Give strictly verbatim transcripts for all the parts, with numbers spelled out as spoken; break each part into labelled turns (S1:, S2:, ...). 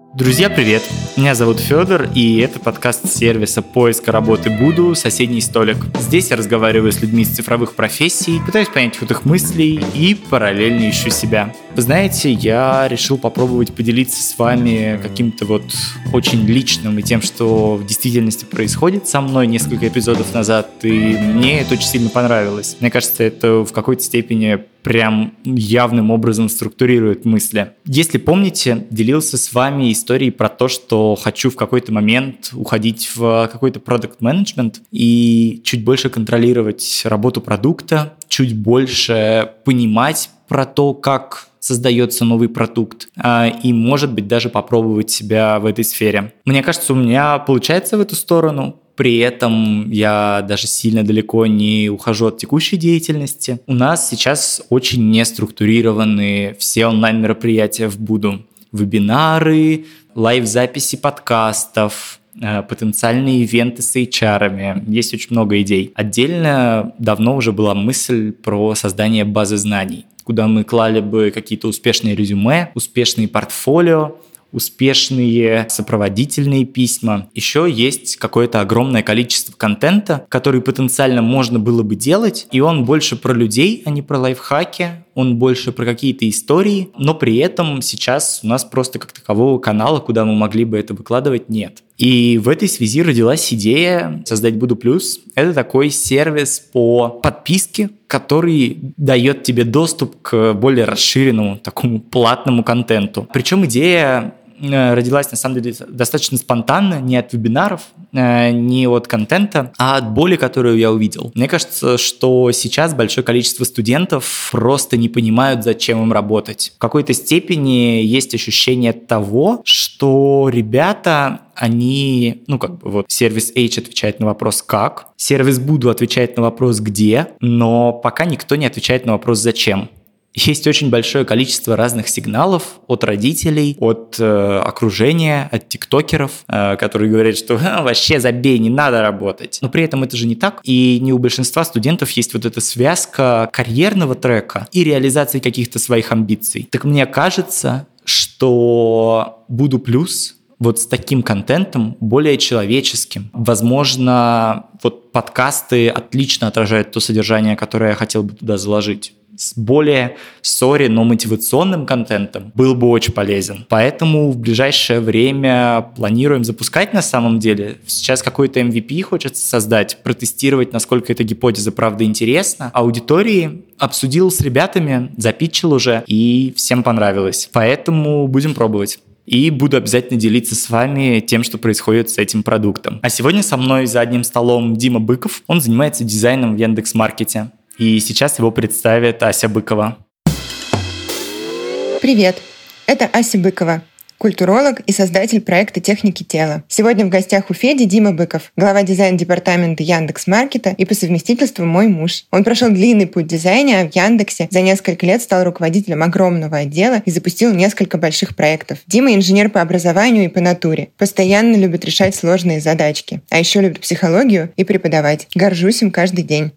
S1: Друзья, привет! Меня зовут Федор, и это подкаст сервиса поиска работы Буду «Соседний столик». Здесь я разговариваю с людьми из цифровых профессий, пытаюсь понять ход их мыслей и параллельно ищу себя. Вы знаете, я решил попробовать поделиться с вами каким-то вот очень личным и тем, что в действительности происходит со мной несколько эпизодов назад, и мне это очень сильно понравилось. Мне кажется, это в какой-то степени прям явным образом структурирует мысли. Если помните, делился с вами историей про то, что хочу в какой-то момент уходить в какой-то продакт-менеджмент и чуть больше контролировать работу продукта, чуть больше понимать про то, как создается новый продукт, и, может быть, даже попробовать себя в этой сфере. Мне кажется, у меня получается в эту сторону. При этом я даже сильно далеко не ухожу от текущей деятельности. У нас сейчас очень неструктурированы все онлайн-мероприятия в Буду. Вебинары, лайв-записи подкастов, потенциальные ивенты с эйч ар-ами. Есть очень много идей. Отдельно давно уже была мысль про создание базы знаний, куда мы клали бы какие-то успешные резюме, успешные портфолио, успешные сопроводительные письма. Еще есть какое-то огромное количество контента, который потенциально можно было бы делать, и он больше про людей, а не про лайфхаки, он больше про какие-то истории, но при этом сейчас у нас просто как такового канала, куда мы могли бы это выкладывать, нет. И в этой связи родилась идея создать Буду Плюс. Это такой сервис по подписке, который дает тебе доступ к более расширенному, такому платному контенту. Причем идея родилась, на самом деле, достаточно спонтанно, не от вебинаров, не от контента, а от боли, которую я увидел. Мне кажется, что сейчас большое количество студентов просто не понимают, зачем им работать. В какой-то степени есть ощущение того, что ребята... Они, ну как бы вот сервис H отвечает на вопрос «как», сервис Буду отвечает на вопрос «где», но пока никто не отвечает на вопрос «зачем». Есть очень большое количество разных сигналов от родителей, от э, окружения, от тиктокеров, э, которые говорят, что вообще забей, не надо работать. Но при этом это же не так. И не у большинства студентов есть вот эта связка карьерного трека и реализации каких-то своих амбиций. Так мне кажется, что Буду Плюс вот с таким контентом, более человеческим. Возможно, вот подкасты отлично отражают то содержание, которое я хотел бы туда заложить. С более, сори, но мотивационным контентом был бы очень полезен. Поэтому в ближайшее время планируем запускать на самом деле. Сейчас какой-то эм ви пи хочется создать, протестировать, насколько эта гипотеза правда интересна. Аудитории обсудил с ребятами, запитчил уже, и всем понравилось. Поэтому будем пробовать. И буду обязательно делиться с вами тем, что происходит с этим продуктом. А сегодня со мной за одним столом Дима Быков. Он занимается дизайном в Яндекс.Маркете. И сейчас его представит Ася Быкова.
S2: Привет, это Ася Быкова, культуролог и создатель проекта «Техники тела». Сегодня в гостях у Феди Дима Быков, глава дизайн-департамента Яндекс.Маркета и по совместительству мой муж. Он прошел длинный путь дизайна, а в Яндексе за несколько лет стал руководителем огромного отдела и запустил несколько больших проектов. Дима инженер по образованию и по натуре. Постоянно любит решать сложные задачки. А еще любит психологию и преподавать. Горжусь им каждый день.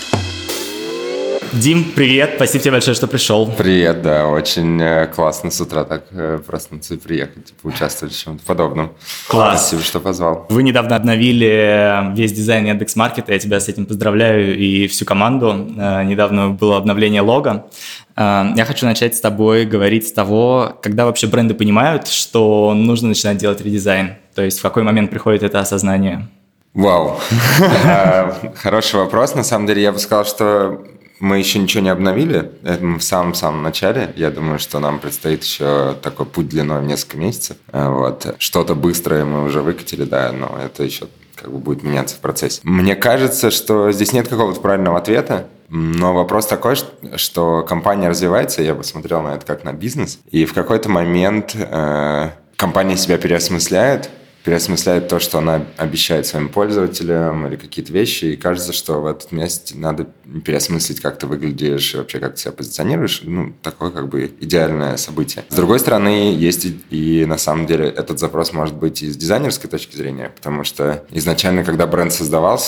S1: Дим, привет, спасибо тебе большое, что пришел.
S3: Привет, да, очень классно с утра так проснуться и приехать, типа, участвовать в чем-то подобном.
S1: Класс.
S3: Спасибо, что позвал.
S1: Вы недавно обновили весь дизайн Яндекс.Маркета, я тебя с этим поздравляю и всю команду. Недавно было обновление лого. Я хочу начать с тобой говорить с того, когда вообще бренды понимают, что нужно начинать делать редизайн, то есть в какой момент приходит это осознание?
S3: Вау, хороший вопрос. На самом деле я бы сказал, что мы еще ничего не обновили, это мы в самом-самом начале. Я думаю, что нам предстоит еще такой путь длиной в несколько месяцев. Вот. Что-то быстрое мы уже выкатили, да, но это еще как бы будет меняться в процессе. Мне кажется, что здесь нет какого-то правильного ответа, но вопрос такой, что компания развивается, я бы смотрел на это как на бизнес, и в какой-то момент э, компания себя переосмысляет, переосмысляет то, что она обещает своим пользователям или какие-то вещи, и кажется, что в этот месте надо переосмыслить, как ты выглядишь и вообще как ты себя позиционируешь. Ну, такое как бы идеальное событие. С другой стороны, есть и, и на самом деле этот запрос может быть и с дизайнерской точки зрения, потому что изначально, когда бренд создавался,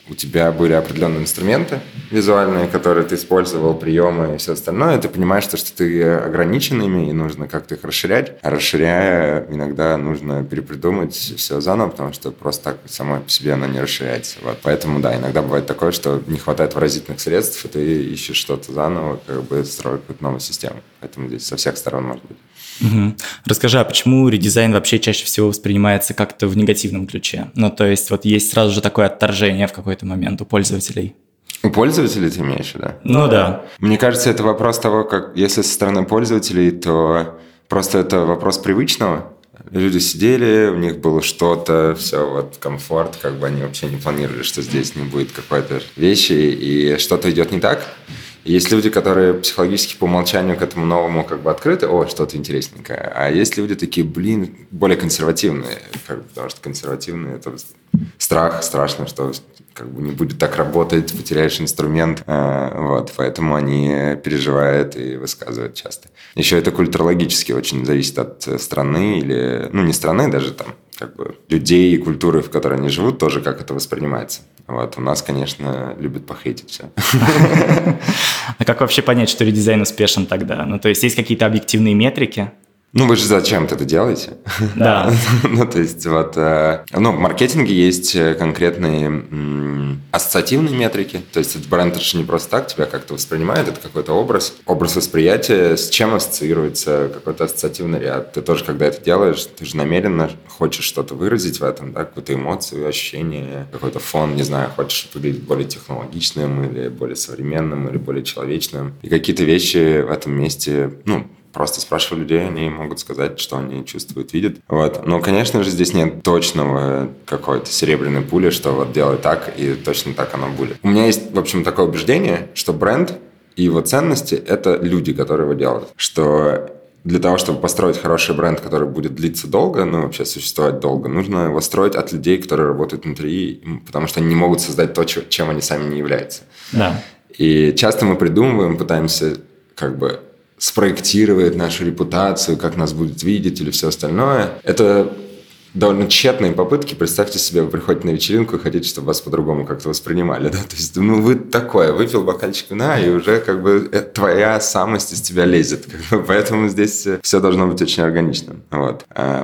S3: у тебя были определенные инструменты визуальные, которые ты использовал, приемы и все остальное, ты понимаешь, что, что ты ограничен ими, и нужно как-то их расширять. А расширяя, иногда нужно перепридумать все заново, потому что просто так само по себе оно не расширяется. Вот. Поэтому, да, иногда бывает такое, что не хватает выразительных средств, и ты ищешь что-то заново, как бы строить какую-то новую систему. Поэтому здесь со всех сторон может быть.
S1: Угу. Расскажи, а почему редизайн вообще чаще всего воспринимается как-то в негативном ключе? Ну, то есть вот есть сразу же такое отторжение в какой-то момент у пользователей.
S3: У пользователей ты имеешь, да?
S1: Ну да.
S3: Мне кажется, это вопрос того, как если со стороны пользователей, то просто это вопрос привычного. Люди сидели, у них было что-то, все, вот комфорт, как бы они вообще не планировали, что здесь не будет какой-то вещи, и что-то идет не так. Есть люди, которые психологически по умолчанию к этому новому как бы открыты, о, что-то интересненькое. А есть люди такие, блин, более консервативные, как бы, потому что консервативные – это страх, страшно, что как бы не будет так работать, потеряешь инструмент. Вот, поэтому они переживают и высказывают часто. Еще это культурологически очень зависит от страны или, ну, не страны, даже там, как бы людей и культуры, в которой они живут, тоже как это воспринимается. Вот, у нас, конечно, любят похейтить все.
S1: А как вообще понять, что редизайн успешен тогда? Ну, то есть есть какие-то объективные метрики?
S3: Ну, вы же зачем-то это делаете?
S1: Да.
S3: Ну, то есть, вот, ну, в маркетинге есть конкретные м, ассоциативные метрики. То есть, этот бренд же не просто так тебя как-то воспринимает, это какой-то образ, образ восприятия, с чем ассоциируется какой-то ассоциативный ряд. Ты тоже, когда это делаешь, ты же намеренно хочешь что-то выразить в этом, да, какую-то эмоцию, ощущение, какой-то фон, не знаю, хочешь выглядеть более технологичным или более современным, или более человечным. И какие-то вещи в этом месте, ну, просто спрашивая людей, они могут сказать, что они чувствуют, видят. Вот. Но, конечно же, здесь нет точного какой-то серебряной пули, что вот делай так, и точно так оно будет. У меня есть, в общем, такое убеждение, что бренд и его ценности – это люди, которые его делают. Что для того, чтобы построить хороший бренд, который будет длиться долго, ну, вообще существовать долго, нужно его строить от людей, которые работают внутри, потому что они не могут создать то, чем они сами не являются.
S1: Да.
S3: И часто мы придумываем, пытаемся как бы спроектировать нашу репутацию, как нас будут видеть или все остальное. Это довольно тщетные попытки. Представьте себе, вы приходите на вечеринку и хотите, чтобы вас по-другому как-то воспринимали. Да? То есть, ну, вы такое, выпил бокальчик вина, и уже как бы твоя самость из тебя лезет. Как бы, поэтому здесь все должно быть очень органичным. Вот.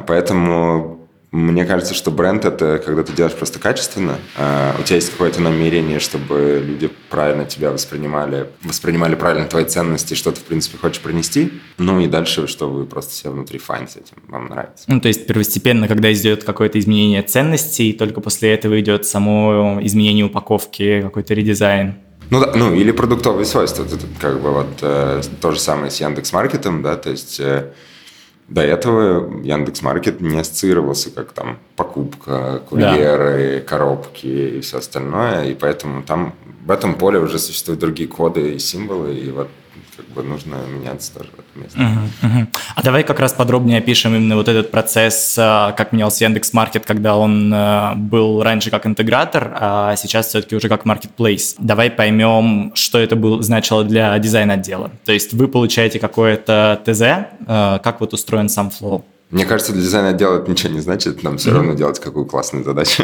S3: Поэтому мне кажется, что бренд – это когда ты делаешь просто качественно, а у тебя есть какое-то намерение, чтобы люди правильно тебя воспринимали, воспринимали правильно твои ценности, что ты, в принципе, хочешь принести. Ну и дальше, что вы просто все внутри fine с этим, вам нравится.
S1: Ну, то есть первостепенно, когда идет какое-то изменение ценностей, только после этого идет само изменение упаковки, какой-то редизайн.
S3: Ну да, ну или продуктовые свойства. Это как бы вот э, то же самое с Яндекс.Маркетом, да, то есть... Э, До этого Яндекс.Маркет не ассоциировался как там покупка, курьеры, да. коробки и все остальное, и поэтому там в этом поле уже существуют другие коды и символы, и вот как бы нужно меняться тоже в этом месте.
S1: Uh-huh, uh-huh. А давай как раз подробнее опишем именно вот этот процесс, как менялся Яндекс.Маркет, когда он был раньше как интегратор, а сейчас все-таки уже как маркетплейс. Давай поймем, что это было, значило для дизайн-отдела. То есть вы получаете какое-то ТЗ, как вот устроен сам флоу?
S3: Мне кажется, для дизайн-отдела это ничего не значит, нам все mm-hmm. равно делать какую классную задачу.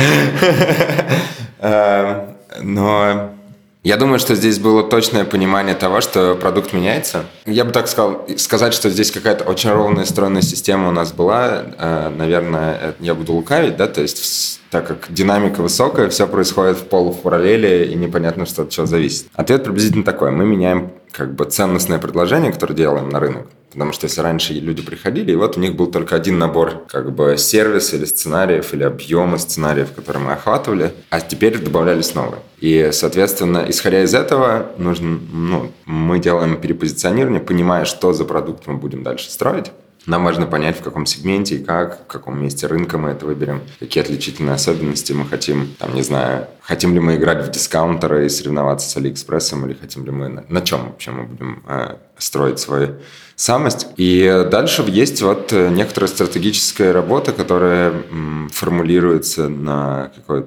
S3: Но... Я думаю, что здесь было точное понимание того, что продукт меняется. Я бы так сказал, сказать, что здесь какая-то очень ровная, стройная система у нас была, наверное, я буду лукавить, да, то есть так как динамика высокая, все происходит в полупараллели и непонятно, что от чего зависит. Ответ приблизительно такой. Мы меняем как бы ценностное предложение, которое делаем на рынок. Потому что если раньше люди приходили, и вот у них был только один набор как бы сервисов или сценариев, или объема сценариев, которые мы охватывали, а теперь добавлялись новые. И, соответственно, исходя из этого, нужно, ну, мы делаем перепозиционирование, понимая, что за продукт мы будем дальше строить. Нам важно понять, в каком сегменте и как, в каком месте рынка мы это выберем, какие отличительные особенности мы хотим, там, не знаю, хотим ли мы играть в дискаунтеры и соревноваться с Алиэкспрессом, или хотим ли мы, на, на чем вообще мы будем э, строить свою самость. И дальше есть вот некоторая стратегическая работа, которая м, формулируется на какой-то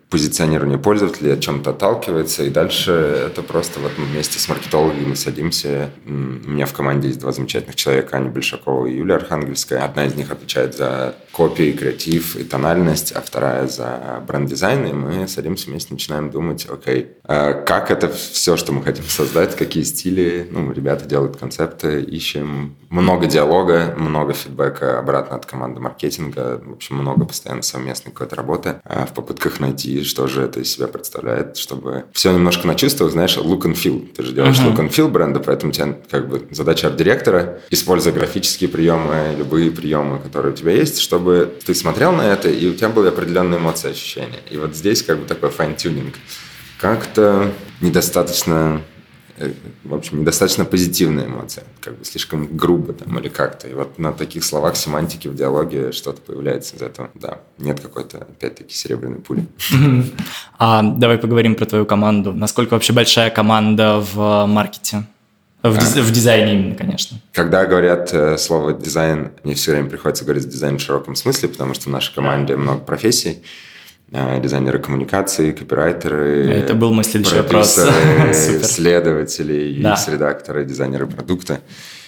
S3: позиционирование пользователя, от чем-то отталкивается, и дальше это просто вот мы вместе с маркетологами садимся. У меня в команде есть два замечательных человека, Аня Большакова и Юлия Архангельская. Одна из них отвечает за копии, креатив и тональность, а вторая за бренд-дизайн, и мы садимся вместе, начинаем думать, окей, как это все, что мы хотим создать, какие стили, ну, ребята делают концепты, ищем много диалога, много фидбэка обратно от команды маркетинга, в общем, много постоянно совместной какой-то работы в попытках найти, что же это из себя представляет, чтобы все немножко на чувствах, знаешь, look and feel. Ты же делаешь uh-huh. look and feel бренда, поэтому у тебя как бы задача арт-директора, используя графические приемы, любые приемы, которые у тебя есть, чтобы ты смотрел на это, и у тебя были определенные эмоции, ощущения. И вот здесь как бы такой fine-tuning. Как-то недостаточно... в общем, недостаточно позитивная эмоция, как бы слишком грубо там или как-то. И вот на таких словах семантики в диалоге что-то появляется из этого. Да, нет какой-то, опять-таки, серебряной пули.
S1: А давай поговорим про твою команду. Насколько вообще большая команда в маркете? В, а? диз... в дизайне именно, конечно.
S3: Когда говорят э, слово «дизайн», мне все время приходится говорить «дизайн» в широком смысле, потому что в нашей команде много профессий. Дизайнеры коммуникации, копирайтеры,
S1: это был мой следующий вопрос.
S3: Исследователи, да. ю экс-редакторы, дизайнеры продукта.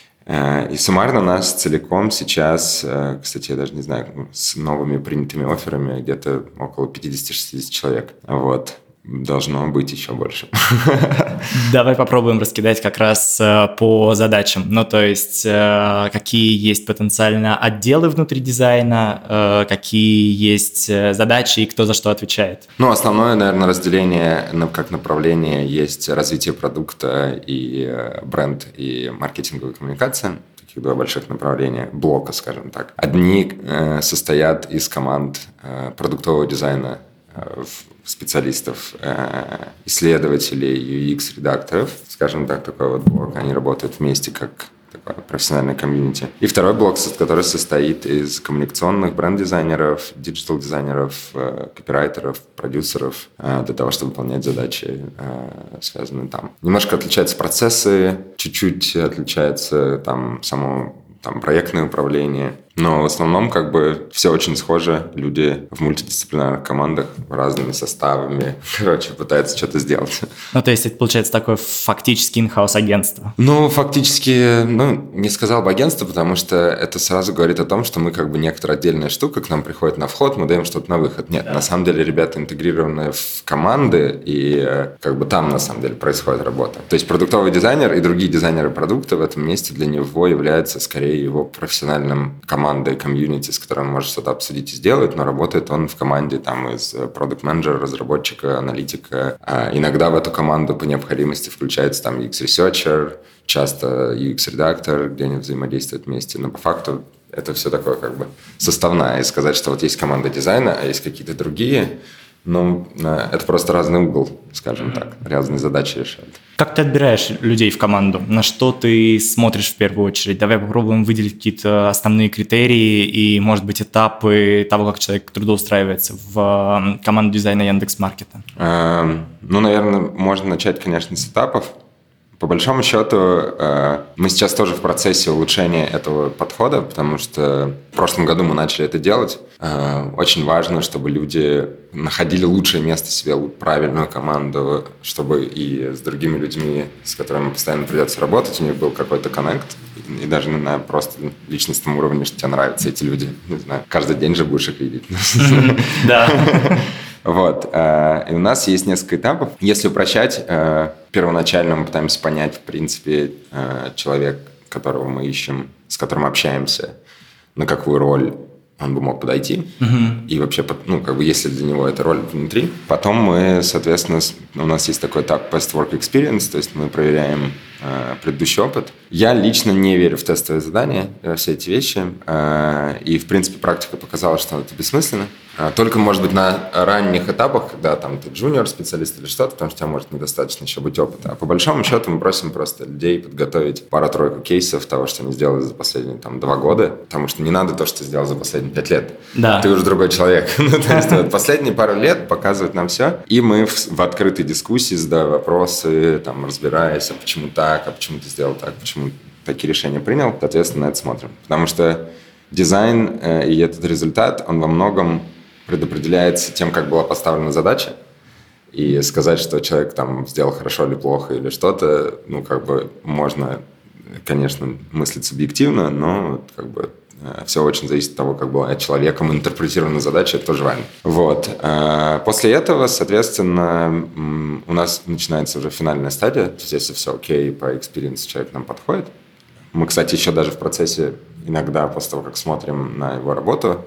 S3: И суммарно у нас целиком сейчас, кстати, я даже не знаю, с новыми принятыми офферами где-то около пятьдесят-шестьдесят человек. Вот. Должно быть еще больше.
S1: Давай попробуем раскидать как раз по задачам. Ну, то есть, какие есть потенциально отделы внутри дизайна, какие есть задачи и кто за что отвечает?
S3: Ну, основное, наверное, разделение как направление есть развитие продукта и бренд, и маркетинговая коммуникация. Таких два больших направления, блока, скажем так. Одни э, состоят из команд э, продуктового дизайна, специалистов, исследователей, ю экс-редакторов, скажем так, такой вот блок. Они работают вместе как такое профессиональное комьюнити. И второй блок, который состоит из коммуникационных бренд-дизайнеров, диджитал-дизайнеров, копирайтеров, продюсеров, для того, чтобы выполнять задачи, связанные там. Немножко отличаются процессы, чуть-чуть отличается там само там, проектное управление. Но в основном как бы все очень схоже. Люди в мультидисциплинарных командах разными составами, короче, пытаются что-то сделать.
S1: Ну, то есть это получается такое фактически in-house агентство?
S3: Ну, фактически, ну, не сказал бы агентство, потому что это сразу говорит о том, что мы как бы некоторая отдельная штука, к нам приходит на вход, мы даем что-то на выход. Нет, да. На самом деле ребята интегрированы в команды, и как бы там на самом деле происходит работа. То есть продуктовый дизайнер и другие дизайнеры продукта в этом месте для него являются скорее его профессиональным командой, комьюнити, с которым он может что-то обсудить и сделать, но работает он в команде там из продакт-менеджера, разработчика, аналитика. А иногда в эту команду по необходимости включается там ю экс-ресерчер, часто ю экс-редактор, где они взаимодействуют вместе, но по факту это все такое как бы составная. И сказать, что вот есть команда дизайна, а есть какие-то другие, ну, это просто разный угол, скажем так, разные задачи решают.
S1: Как ты отбираешь людей в команду? На что ты смотришь в первую очередь? Давай попробуем выделить какие-то основные критерии и, может быть, этапы того, как человек трудоустраивается в команду дизайна Яндекс.Маркета.
S3: Эм, ну, наверное, можно начать, конечно, с этапов. По большому счету, мы сейчас тоже в процессе улучшения этого подхода, потому что в прошлом году мы начали это делать. Очень важно, чтобы люди находили лучшее место себе, правильную команду, чтобы и с другими людьми, с которыми постоянно придется работать, у них был какой-то коннект. И даже на просто личностном уровне, что тебе нравятся эти люди. Не знаю, каждый день же будешь их видеть.
S1: Да.
S3: Вот. И у нас есть несколько этапов. Если упрощать, первоначально мы пытаемся понять, в принципе, человек, которого мы ищем, с которым общаемся, на какую роль он бы мог подойти. Uh-huh. И вообще, ну, как бы, если для него эта роль внутри. Потом мы, соответственно, у нас есть такой этап Past Work Experience, то есть мы проверяем э, предыдущий опыт. Я лично не верю в тестовые задания, во все эти вещи. Э, и, в принципе, практика показала, что это бессмысленно. Э, только, может быть, на ранних этапах, когда там ты джуниор-специалист или что-то, потому что у тебя может недостаточно еще быть опыта. А по большому счету мы просим просто людей подготовить пару-тройку кейсов того, что они сделали за последние там, два года. Потому что не надо то, что ты сделал за последние пять лет.
S1: Да.
S3: Ты уже другой человек. Ну, то есть вот, последние пару лет показывают нам все. И мы в, в открытой дискуссии, задая вопросы, там, разбираясь, а почему так, а почему ты сделал так, почему такие решения принял, соответственно, на это смотрим. Потому что дизайн э, и этот результат, он во многом предопределяется тем, как была поставлена задача. И сказать, что человек там сделал хорошо или плохо или что-то, ну, как бы можно, конечно, мыслить субъективно, но как бы все очень зависит от того, как была человеком интерпретирована задача, это тоже важно. Вот. После этого, соответственно, у нас начинается уже финальная стадия, то есть если все окей, по экспириенсу человек нам подходит. Мы, кстати, еще даже в процессе иногда, после того, как смотрим на его работу,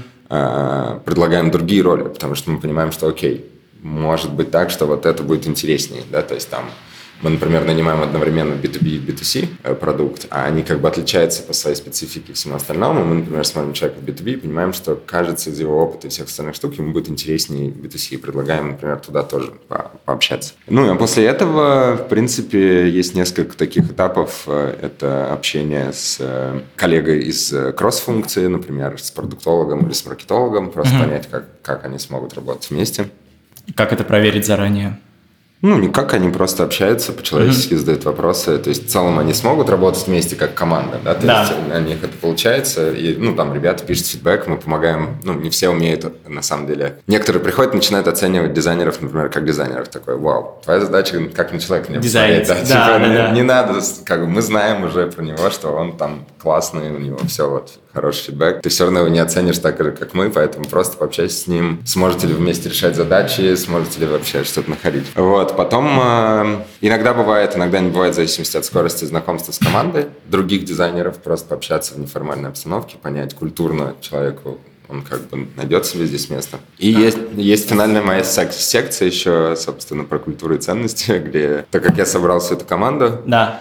S3: угу. предлагаем другие роли, потому что мы понимаем, что окей, может быть так, что вот это будет интереснее, да, то есть там мы, например, нанимаем одновременно би ту би и би ту си продукт, а они как бы отличаются по своей специфике и всему остальному. Мы, например, смотрим человека в би ту би и понимаем, что, кажется, из его опыта и всех остальных штук ему будет интереснее би ту си, и предлагаем, например, туда тоже по- пообщаться. Ну, а после этого, в принципе, есть несколько таких этапов. Это общение с коллегой из кросс-функции, например, с продуктологом или с маркетологом, просто mm-hmm. понять, как, как они смогут работать вместе.
S1: Как это проверить заранее?
S3: Ну, никак, они просто общаются, по-человечески mm-hmm. задают вопросы. То есть, в целом, они смогут работать вместе как команда, да? То да. есть, у них это получается. И, ну, там, ребята пишут фидбэк, мы помогаем. Ну, не все умеют, на самом деле. Некоторые приходят, начинают оценивать дизайнеров, например, как дизайнеров. Такой, вау, твоя задача как на человека не
S1: посмотреть. Да,
S3: да,
S1: да,
S3: типа,
S1: да,
S3: не,
S1: да.
S3: не надо, как бы, мы знаем уже про него, что он там классный, у него все вот хороший фидбэк. Ты все равно его не оценишь так же, как мы, поэтому просто пообщайся с ним. Сможете ли вместе решать задачи, сможете ли вообще что-то находить. Вот, потом э, иногда бывает, иногда не бывает, в зависимости от скорости знакомства с командой других дизайнеров, просто пообщаться в неформальной обстановке, понять культурно человеку, он как бы найдет себе здесь место. И да. есть, есть финальная моя сек- секция еще, собственно, про культуру и ценности, где, так как я собрал всю эту команду,
S1: да.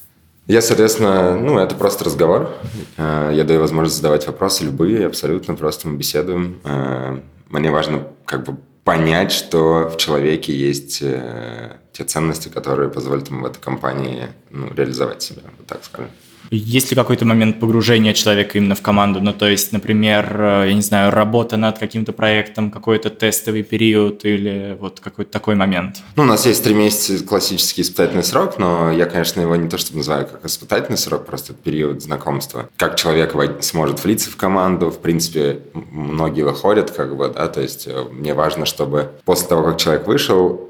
S3: я, соответственно, ну, это просто разговор. Я даю возможность задавать вопросы любые, абсолютно, просто мы беседуем. Мне важно как бы понять, что в человеке есть те ценности, которые позволят ему в этой компании, ну, реализовать себя, вот так скажем.
S1: Есть ли какой-то момент погружения человека именно в команду? Ну, то есть, например, я не знаю, работа над каким-то проектом, какой-то тестовый период или вот какой-то такой момент?
S3: Ну, у нас есть три месяца классический испытательный срок, но я, конечно, его не то чтобы называю как испытательный срок, просто период знакомства. Как человек сможет влиться в команду, в принципе, многие выходят, как бы, да, то есть мне важно, чтобы после того, как человек вышел,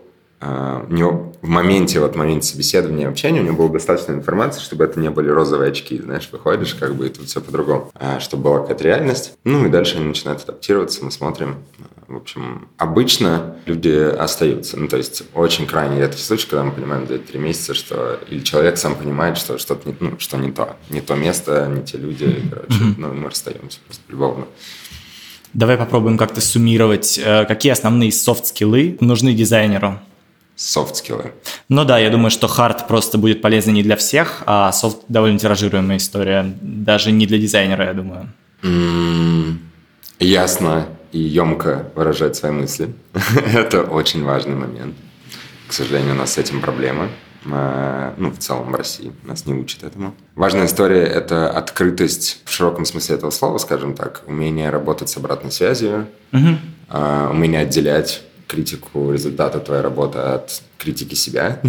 S3: у него в моменте, вот в моменте собеседования и общения у него было достаточно информации, чтобы это не были розовые очки, знаешь, выходишь, как бы, и тут все по-другому, чтобы была какая-то реальность. Ну, и дальше они начинают адаптироваться, мы смотрим. В общем, обычно люди остаются. Ну, то есть, очень крайне редкий случай, когда мы понимаем за три месяца, что или человек сам понимает, что что-то не, ну, что не то. Не то место, не те люди, короче, mm-hmm. ну, мы расстаемся просто любовно.
S1: Давай попробуем как-то суммировать, какие основные софт-скиллы нужны дизайнеру.
S3: Софт-скиллы.
S1: Ну да, я думаю, что хард просто будет полезен не для всех, а софт довольно тиражируемая история, даже не для дизайнера, я думаю.
S3: Mm, ясно и емко выражать свои мысли. Это очень важный момент. К сожалению, у нас с этим проблемы. Ну, в целом в России нас не учат этому. Важная история – это открытость в широком смысле этого слова, скажем так, умение работать с обратной связью, mm-hmm. умение отделять критику результата твоей работы от критики себя.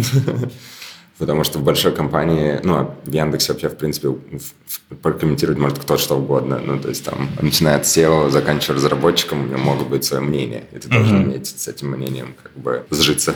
S3: Потому что в большой компании, ну, в Яндексе вообще, в принципе, прокомментировать может кто что угодно. Ну, то есть там, начиная от сео, заканчивая разработчиком, у него могут быть свое мнение. И ты mm-hmm. должен уметь с этим мнением как бы сжиться.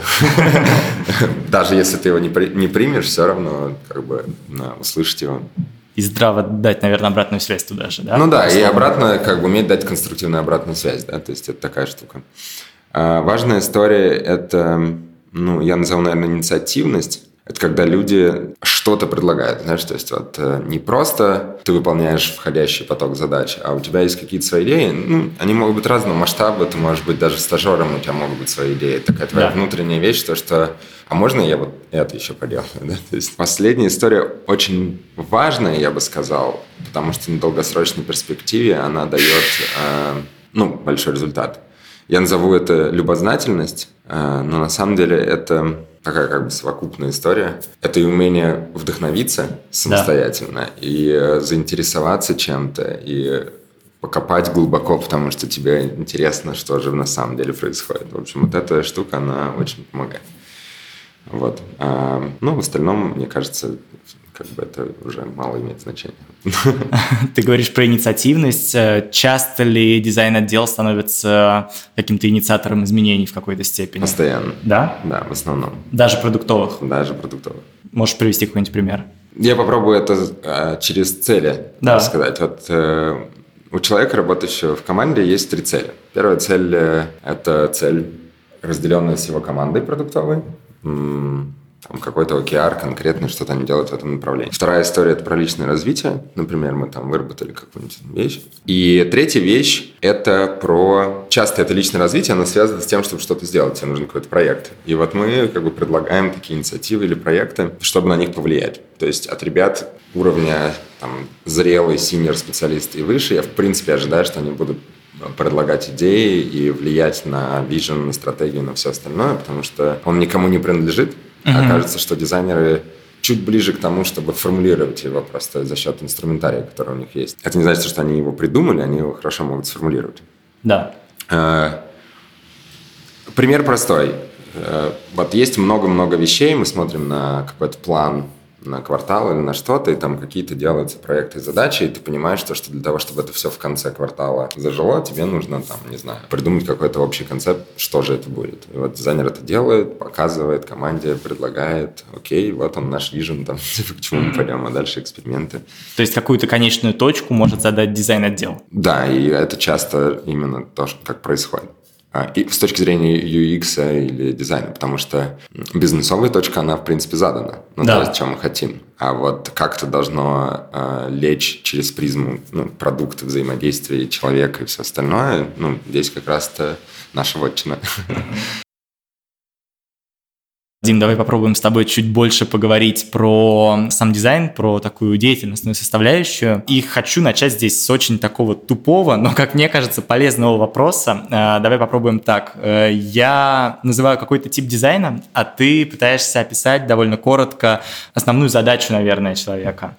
S3: Даже если ты его не примешь, все равно как бы услышать его.
S1: И здраво дать, наверное, обратную связь туда же, да?
S3: Ну да, и обратно как бы уметь дать конструктивную обратную связь, да, то есть это такая штука. Важная история – это, ну, я назову, наверное, инициативность. Это когда люди что-то предлагают, знаешь, то есть вот не просто ты выполняешь входящий поток задач, а у тебя есть какие-то свои идеи, ну, они могут быть разного масштаба, ты можешь быть даже стажером, у тебя могут быть свои идеи. Это такая твоя да. внутренняя вещь, то, что, а можно я вот это еще поделаю, да? То есть последняя история очень важная, я бы сказал, потому что на долгосрочной перспективе она дает, э, ну, большой результат. Я назову это любознательность, но на самом деле это такая как бы совокупная история. Это и умение вдохновиться самостоятельно, да. и заинтересоваться чем-то, и покопать глубоко, потому что тебе интересно, что же на самом деле происходит. В общем, вот эта штука, она очень помогает. Вот. Ну, в остальном, мне кажется, как бы это уже мало имеет значения.
S1: Ты говоришь про инициативность. Часто ли дизайн-отдел становится каким-то инициатором изменений в какой-то степени?
S3: Постоянно.
S1: Да?
S3: Да, в основном.
S1: Даже продуктовых?
S3: Даже продуктовых.
S1: Можешь привести какой-нибудь пример?
S3: Я попробую это э, через цели
S1: да.
S3: сказать. Вот, э, у человека, работающего в команде, есть три цели. Первая цель э, – это цель, разделенная с его командой продуктовой. М- Там какой-то о кей ар конкретно, что-то они делают в этом направлении. Вторая история – это про личное развитие. Например, мы там выработали какую-нибудь вещь. И третья вещь – это про… Часто это личное развитие, оно связано с тем, чтобы что-то сделать. Тебе нужен какой-то проект. И вот мы как бы предлагаем такие инициативы или проекты, чтобы на них повлиять. То есть от ребят уровня там, зрелый, синьор-специалист и выше, я в принципе ожидаю, что они будут предлагать идеи и влиять на вижн, на стратегию, на все остальное, потому что он никому не принадлежит. Uh-huh. А кажется, что дизайнеры чуть ближе к тому, чтобы формулировать его просто за счет инструментария, который у них есть. Это не значит, что они его придумали, они его хорошо могут сформулировать.
S1: Да.
S3: Пример простой. Вот есть много-много вещей, мы смотрим на какой-то план, на квартал или на что-то, и там какие-то делаются проекты и задачи, и ты понимаешь, что, что для того, чтобы это все в конце квартала зажило, тебе нужно, там, не знаю, придумать какой-то общий концепт, что же это будет. И вот дизайнер это делает, показывает команде, предлагает, окей, вот он наш вижн, там, к чему мы пойдем, а дальше эксперименты.
S1: То есть какую-то конечную точку может задать дизайн-отдел?
S3: Да, и это часто именно то, как происходит. И с точки зрения ю экс или дизайна, потому что бизнесовая точка, она, в принципе, задана. Ну, да. То есть, что мы хотим. А вот как это должно э, лечь через призму ну, продукта, взаимодействия человека и все остальное, ну, здесь как раз-то наша вотчина.
S1: Дим, давай попробуем с тобой чуть больше поговорить про сам дизайн, про такую деятельностную составляющую. И хочу начать здесь с очень такого тупого, но, как мне кажется, полезного вопроса. Давай попробуем так. Я называю какой-то тип дизайна, а ты пытаешься описать довольно коротко основную задачу, наверное, человека.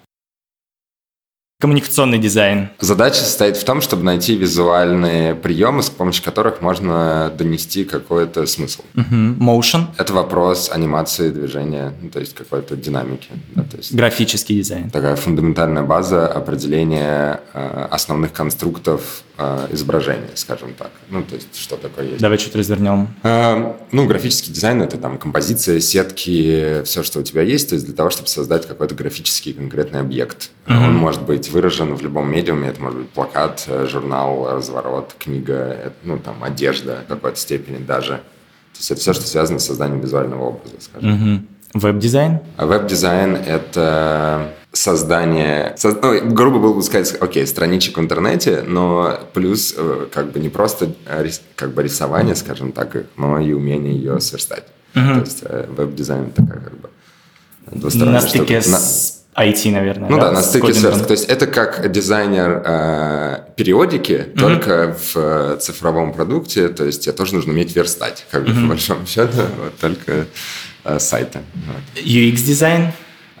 S1: Коммуникационный дизайн.
S3: Задача состоит в том, чтобы найти визуальные приемы, с помощью которых можно донести какой-то смысл.
S1: Uh-huh. Motion.
S3: Это вопрос анимации, движения, ну, то есть какой-то динамики. Да, то есть
S1: графический дизайн.
S3: Такая фундаментальная база определения э, основных конструктов э, изображения, скажем так. Ну, то есть что такое есть.
S1: Давай чуть развернем.
S3: Э, ну, графический дизайн – это там композиция, сетки, все, что у тебя есть, то есть для того, чтобы создать какой-то графический конкретный объект. Uh-huh. Он может быть выражен в любом медиуме, это может быть плакат, журнал, разворот, книга, ну, там, одежда в какой-то степени даже. То есть это все, что связано с созданием визуального образа, скажем.
S1: Uh-huh. Веб-дизайн?
S3: А веб-дизайн – это создание, со, ну, грубо было бы сказать, окей, страничек в интернете, но плюс как бы не просто как бы рисование, скажем так, но и умение ее сверстать. Uh-huh. То есть веб-дизайн – такая как бы двусторонняя штука.
S1: На стыке с ай ти, наверное.
S3: Ну да,
S1: да
S3: на стыке сверстки. То есть это как дизайнер э, периодики, mm-hmm. только в э, цифровом продукте. То есть тебе тоже нужно уметь верстать, как бы mm-hmm. по большому счету, вот, только э, сайты. Вот.
S1: ю экс-дизайн?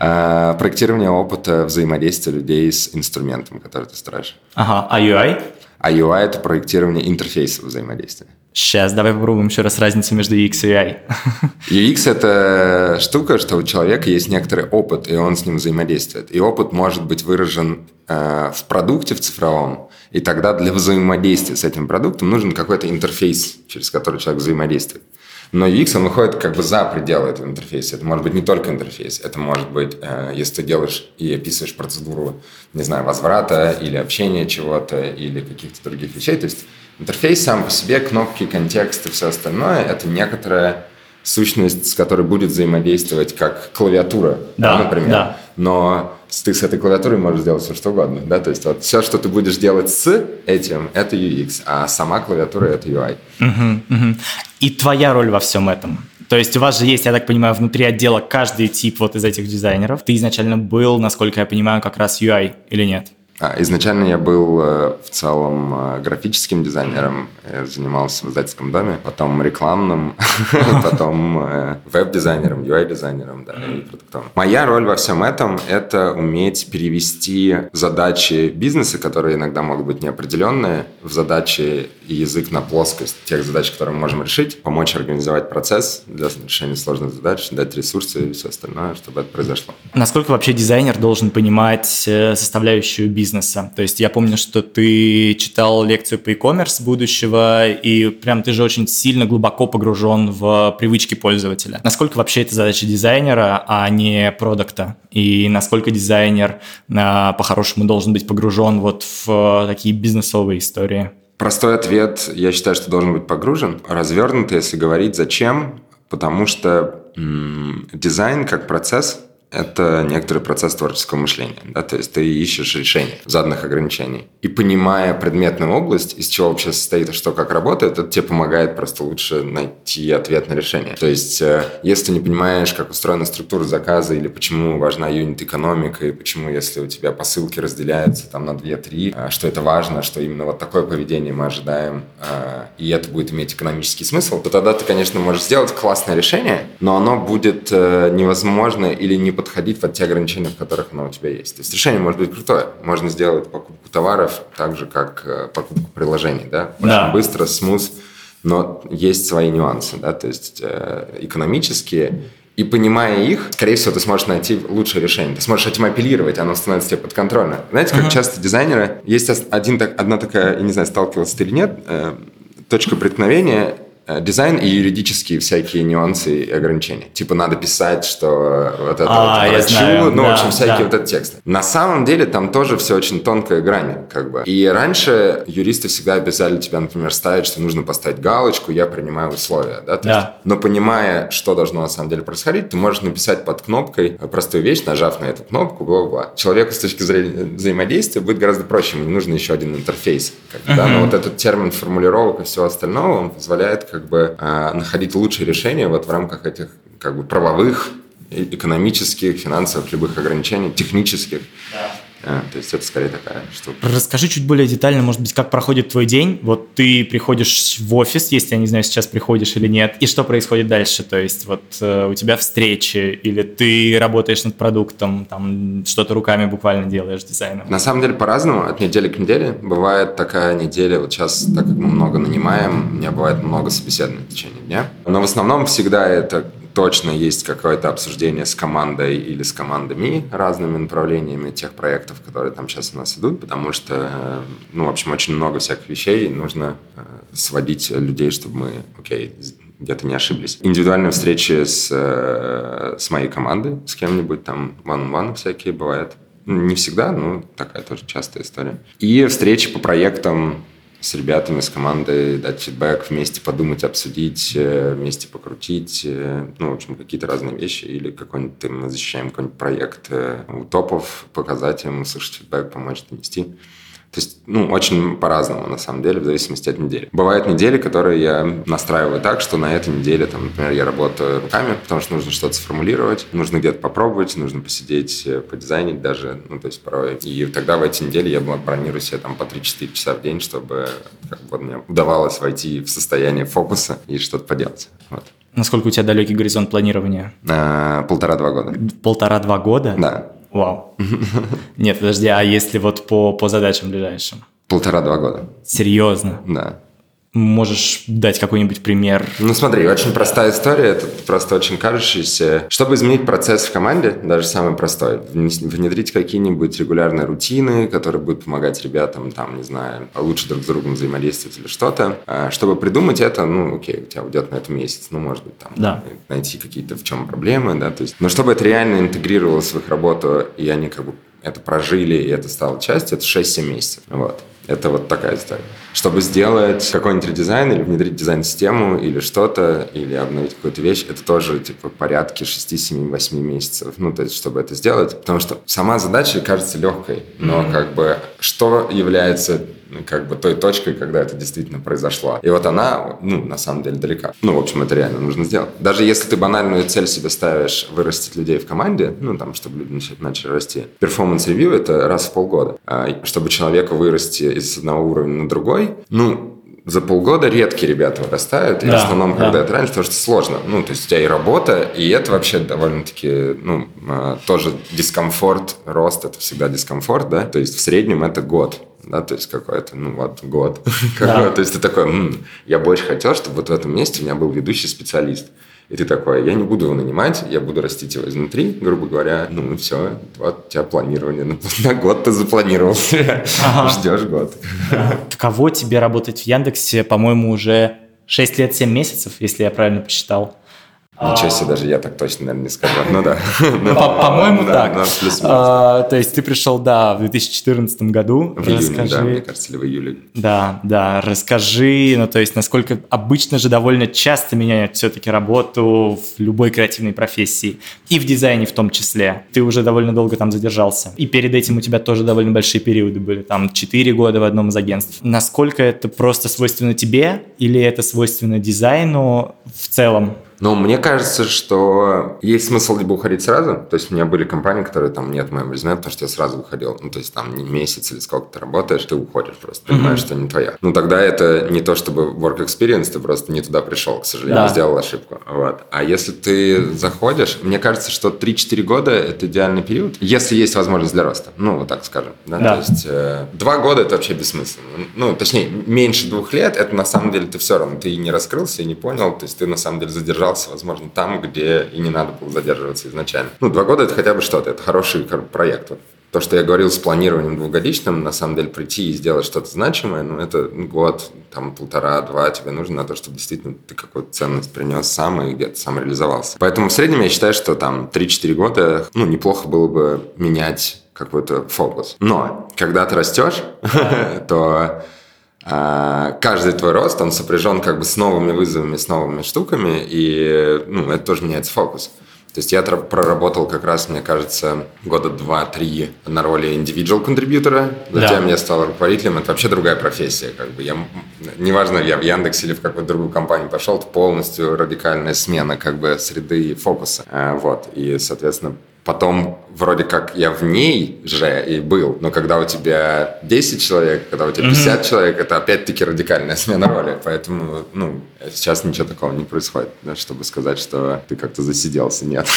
S3: Э, проектирование опыта взаимодействия людей с инструментом, который ты строишь.
S1: Ага, а ю ай?
S3: А ю ай – это проектирование интерфейса взаимодействия.
S1: Сейчас, давай попробуем еще раз разницу между ю экс и ю ай.
S3: ю экс – это штука, что у человека есть некоторый опыт, и он с ним взаимодействует. И опыт может быть выражен э, в продукте, в цифровом, и тогда для взаимодействия с этим продуктом нужен какой-то интерфейс, через который человек взаимодействует. Но ю экс, он выходит как бы за пределы этого интерфейса. Это может быть не только интерфейс. Это может быть, э, если ты делаешь и описываешь процедуру, не знаю, возврата или общения чего-то, или каких-то других вещей. То есть интерфейс сам по себе, кнопки, контекст и все остальное – это некоторая сущность, с которой будет взаимодействовать как клавиатура,
S1: да,
S3: например. Да. Но ты с этой клавиатурой можешь делать все, что угодно. Да? То есть вот все, что ты будешь делать с этим – это ю экс, а сама клавиатура – это ю ай.
S1: Угу, угу. И твоя роль во всем этом? То есть у вас же есть, я так понимаю, внутри отдела каждый тип вот из этих дизайнеров. Ты изначально был, насколько я понимаю, как раз ю ай или нет?
S3: Изначально я был в целом графическим дизайнером, я занимался в издательском доме, потом рекламным, потом веб-дизайнером, ю ай-дизайнером, да, и продуктовым. Моя роль во всем этом – это уметь перевести задачи бизнеса, которые иногда могут быть неопределенные, в задачи и язык на плоскость тех задач, которые мы можем решить, помочь организовать процесс для решения сложных задач, дать ресурсы и все остальное, чтобы это произошло.
S1: Насколько вообще дизайнер должен понимать составляющую бизнеса? То есть я помню, что ты читал лекцию по e-commerce будущего, и прям ты же очень сильно глубоко погружен в привычки пользователя. Насколько вообще это задача дизайнера, а не продукта? И насколько дизайнер по-хорошему должен быть погружен вот в такие бизнесовые истории?
S3: Простой ответ, я считаю, что должен быть погружен. Развернутый, если говорить, зачем? Потому что м- дизайн как процесс – это некоторый процесс творческого мышления. Да? То есть ты ищешь решение заданных ограничений. И понимая предметную область, из чего вообще состоит и что как работает, это тебе помогает просто лучше найти ответ на решение. То есть если ты не понимаешь, как устроена структура заказа или почему важна юнит-экономика, и почему, если у тебя посылки разделяются там, на две-три, что это важно, что именно вот такое поведение мы ожидаем, и это будет иметь экономический смысл, то тогда ты, конечно, можешь сделать классное решение, но оно будет невозможно или не подходить под те ограничения, в которых оно у тебя есть. То есть решение может быть крутое. Можно сделать покупку товаров так же, как покупку приложений. Да? Очень
S1: да.
S3: быстро, смуз, но есть свои нюансы. Да? То есть э, экономические. И понимая их, скорее всего, ты сможешь найти лучшее решение. Ты сможешь этим апеллировать, оно становится тебе подконтрольно. Знаете, как uh-huh. часто дизайнеры... Есть один, одна такая, я не знаю, сталкивался ты или нет, э, точка преткновения – дизайн и юридические всякие нюансы и ограничения. Типа надо писать, что вот это
S1: а,
S3: вот врачу,
S1: знаю.
S3: ну,
S1: да,
S3: в общем, всякие
S1: да.
S3: вот эти тексты. На самом деле там тоже все очень тонкая грань, как бы. И раньше юристы всегда обязали тебя, например, ставить, что нужно поставить галочку, я принимаю условия, да? То
S1: да.
S3: есть, но понимая, что должно на самом деле происходить, ты можешь написать под кнопкой простую вещь, нажав на эту кнопку, бла-бла-бла. Человеку с точки зрения взаимодействия будет гораздо проще, ему не нужно еще один интерфейс. Как бы, uh-huh. да? Но вот этот термин формулировок и всего остального, он позволяет как бы находить лучшие решения вот в рамках этих как бы правовых, экономических, финансовых, любых ограничений, технических.
S1: Да.
S3: А, то есть это скорее такая штука.
S1: Расскажи чуть более детально, может быть, как проходит твой день. Вот ты приходишь в офис, если я не знаю, сейчас приходишь или нет, и что происходит дальше? То есть вот э, у тебя встречи, или ты работаешь над продуктом, там что-то руками буквально делаешь, дизайном?
S3: На самом деле по-разному, от недели к неделе. Бывает такая неделя, вот сейчас, так как мы много нанимаем, у меня бывает много собеседований в течение дня. Но в основном всегда это... Точно есть какое-то обсуждение с командой или с командами разными направлениями тех проектов, которые там сейчас у нас идут, потому что, ну, в общем, очень много всяких вещей, нужно сводить людей, чтобы мы, окей, где-то не ошиблись. Индивидуальные встречи с, с моей командой, с кем-нибудь, там, one-on-one всякие бывают. Не всегда, но такая тоже частая история. И встречи по проектам с ребятами, с командой, дать фидбэк, вместе подумать, обсудить, вместе покрутить, ну, в общем, какие-то разные вещи. Или какой-нибудь мы защищаем какой-нибудь проект у топов, показать им, услышать фидбэк, помочь донести. То есть, ну, очень по-разному, на самом деле, в зависимости от недели. Бывают недели, которые я настраиваю так, что на этой неделе, там, например, я работаю руками, потому что нужно что-то сформулировать, нужно где-то попробовать, нужно посидеть, подизайнить даже, ну, то есть порой. И тогда в эти недели я бронирую себе там по три-четыре часа в день, чтобы как бы, мне удавалось войти в состояние фокуса и что-то поделать. Вот.
S1: Насколько у тебя далекий горизонт планирования?
S3: А, полтора-два года.
S1: Полтора-два года?
S3: Да.
S1: Вау. Нет, подожди, а если вот по, по задачам ближайшим?
S3: Полтора-два года.
S1: Серьезно?
S3: Да.
S1: Можешь дать какой-нибудь пример?
S3: Ну, смотри, очень простая история, это просто очень кажущаяся. Чтобы изменить процесс в команде, даже самый простой, внедрить какие-нибудь регулярные рутины, которые будут помогать ребятам, там, не знаю, лучше друг с другом взаимодействовать или что-то. Чтобы придумать это, ну, окей, у тебя уйдет на это месяц, ну, может быть, там,
S1: да.
S3: найти какие-то в чем проблемы, да, то есть, но чтобы это реально интегрировалось в их работу, и они как бы это прожили, и это стало частью, это шесть-семь месяцев, вот. Это вот такая история. Чтобы сделать какой-нибудь редизайн или внедрить дизайн-систему или что-то, или обновить какую-то вещь, это тоже типа порядки шесть, семь, восемь месяцев. Ну, то есть, чтобы это сделать. Потому что сама задача кажется легкой, но mm-hmm. как бы что является как бы той точкой, когда это действительно произошло. И вот она, ну, на самом деле далека. Ну, в общем, это реально нужно сделать. Даже если ты банальную цель себе ставишь вырастить людей в команде, ну, там, чтобы люди начали расти. Перформанс-ревью – это раз в полгода. А чтобы человека вырасти из одного уровня на другой, ну, за полгода редкие ребята вырастают, и
S1: да,
S3: в основном,
S1: да.
S3: когда это раньше, потому что сложно. Ну, то есть у тебя и работа, и это вообще довольно-таки, ну, тоже дискомфорт, рост, это всегда дискомфорт, да, то есть в среднем это год. Да, то есть какой-то, ну вот, год. Да. То есть ты такой, м-м, я бы очень хотел, чтобы вот в этом месте у меня был ведущий специалист. И ты такой, я не буду его нанимать, я буду растить его изнутри, грубо говоря. Ну и все, вот у тебя планирование. На, на год ты запланировал себя, ага. Ждешь год.
S1: Каково тебе работать в Яндексе, по-моему, уже шесть лет семь месяцев, если я правильно посчитал?
S3: Ничего себе, даже я так точно, наверное, не скажу. Ну да.
S1: По-моему, так. То есть ты пришел, да, в две тысячи четырнадцатом году.
S3: В июне, да, мне кажется, или в июле.
S1: Да, да, расскажи, ну то есть насколько обычно же довольно часто меняют все-таки работу в любой креативной профессии, и в дизайне в том числе. Ты уже довольно долго там задержался. И перед этим у тебя тоже довольно большие периоды были, там четыре года в одном из агентств. Насколько это просто свойственно тебе, или это свойственно дизайну в целом?
S3: Но мне кажется, что есть смысл либо уходить сразу. То есть у меня были компании, которые там нет в моем резюме, потому что я сразу уходил. Ну, то есть там не месяц или сколько ты работаешь, ты уходишь просто. Понимаешь, mm-hmm. что не твоя. Ну, тогда это не то чтобы work experience, ты просто не туда пришел, к сожалению, да. сделал ошибку. Вот. А если ты заходишь, мне кажется, что три-четыре года – это идеальный период, если есть возможность для роста. Ну, вот так скажем. Да? Да. То есть э, два года – это вообще бессмысленно. Ну, точнее, меньше двух лет – это на самом деле ты все равно. Ты не раскрылся и не понял, то есть ты на самом деле задержался, возможно, там, где и не надо было задерживаться изначально. Ну, два года – это хотя бы что-то, это хороший проект. Вот. То, что я говорил с планированием двухгодичным, на самом деле прийти и сделать что-то значимое, ну, это год, там, полтора-два тебе нужно на то, чтобы действительно ты какую-то ценность принес сам и где-то сам реализовался. Поэтому в среднем я считаю, что там три-четыре года, ну, неплохо было бы менять какой-то фокус. Но когда ты растешь, то... каждый твой рост, он сопряжен как бы с новыми вызовами, с новыми штуками, и ну, это тоже меняется фокус. То есть я проработал как раз, мне кажется, года два-три на роли individual контрибьютора, затем да. я стал руководителем, это вообще другая профессия. Как бы я, неважно, я в Яндексе или в какую-то другую компанию пошел, это полностью радикальная смена как бы среды и фокуса. Вот. И, соответственно, потом вроде как я в ней же и был, но когда у тебя десять человек, когда у тебя пятьдесят mm-hmm. человек, это опять-таки радикальная смена роли. Поэтому, ну, сейчас ничего такого не происходит, да, чтобы сказать, что ты как-то засиделся. Нет.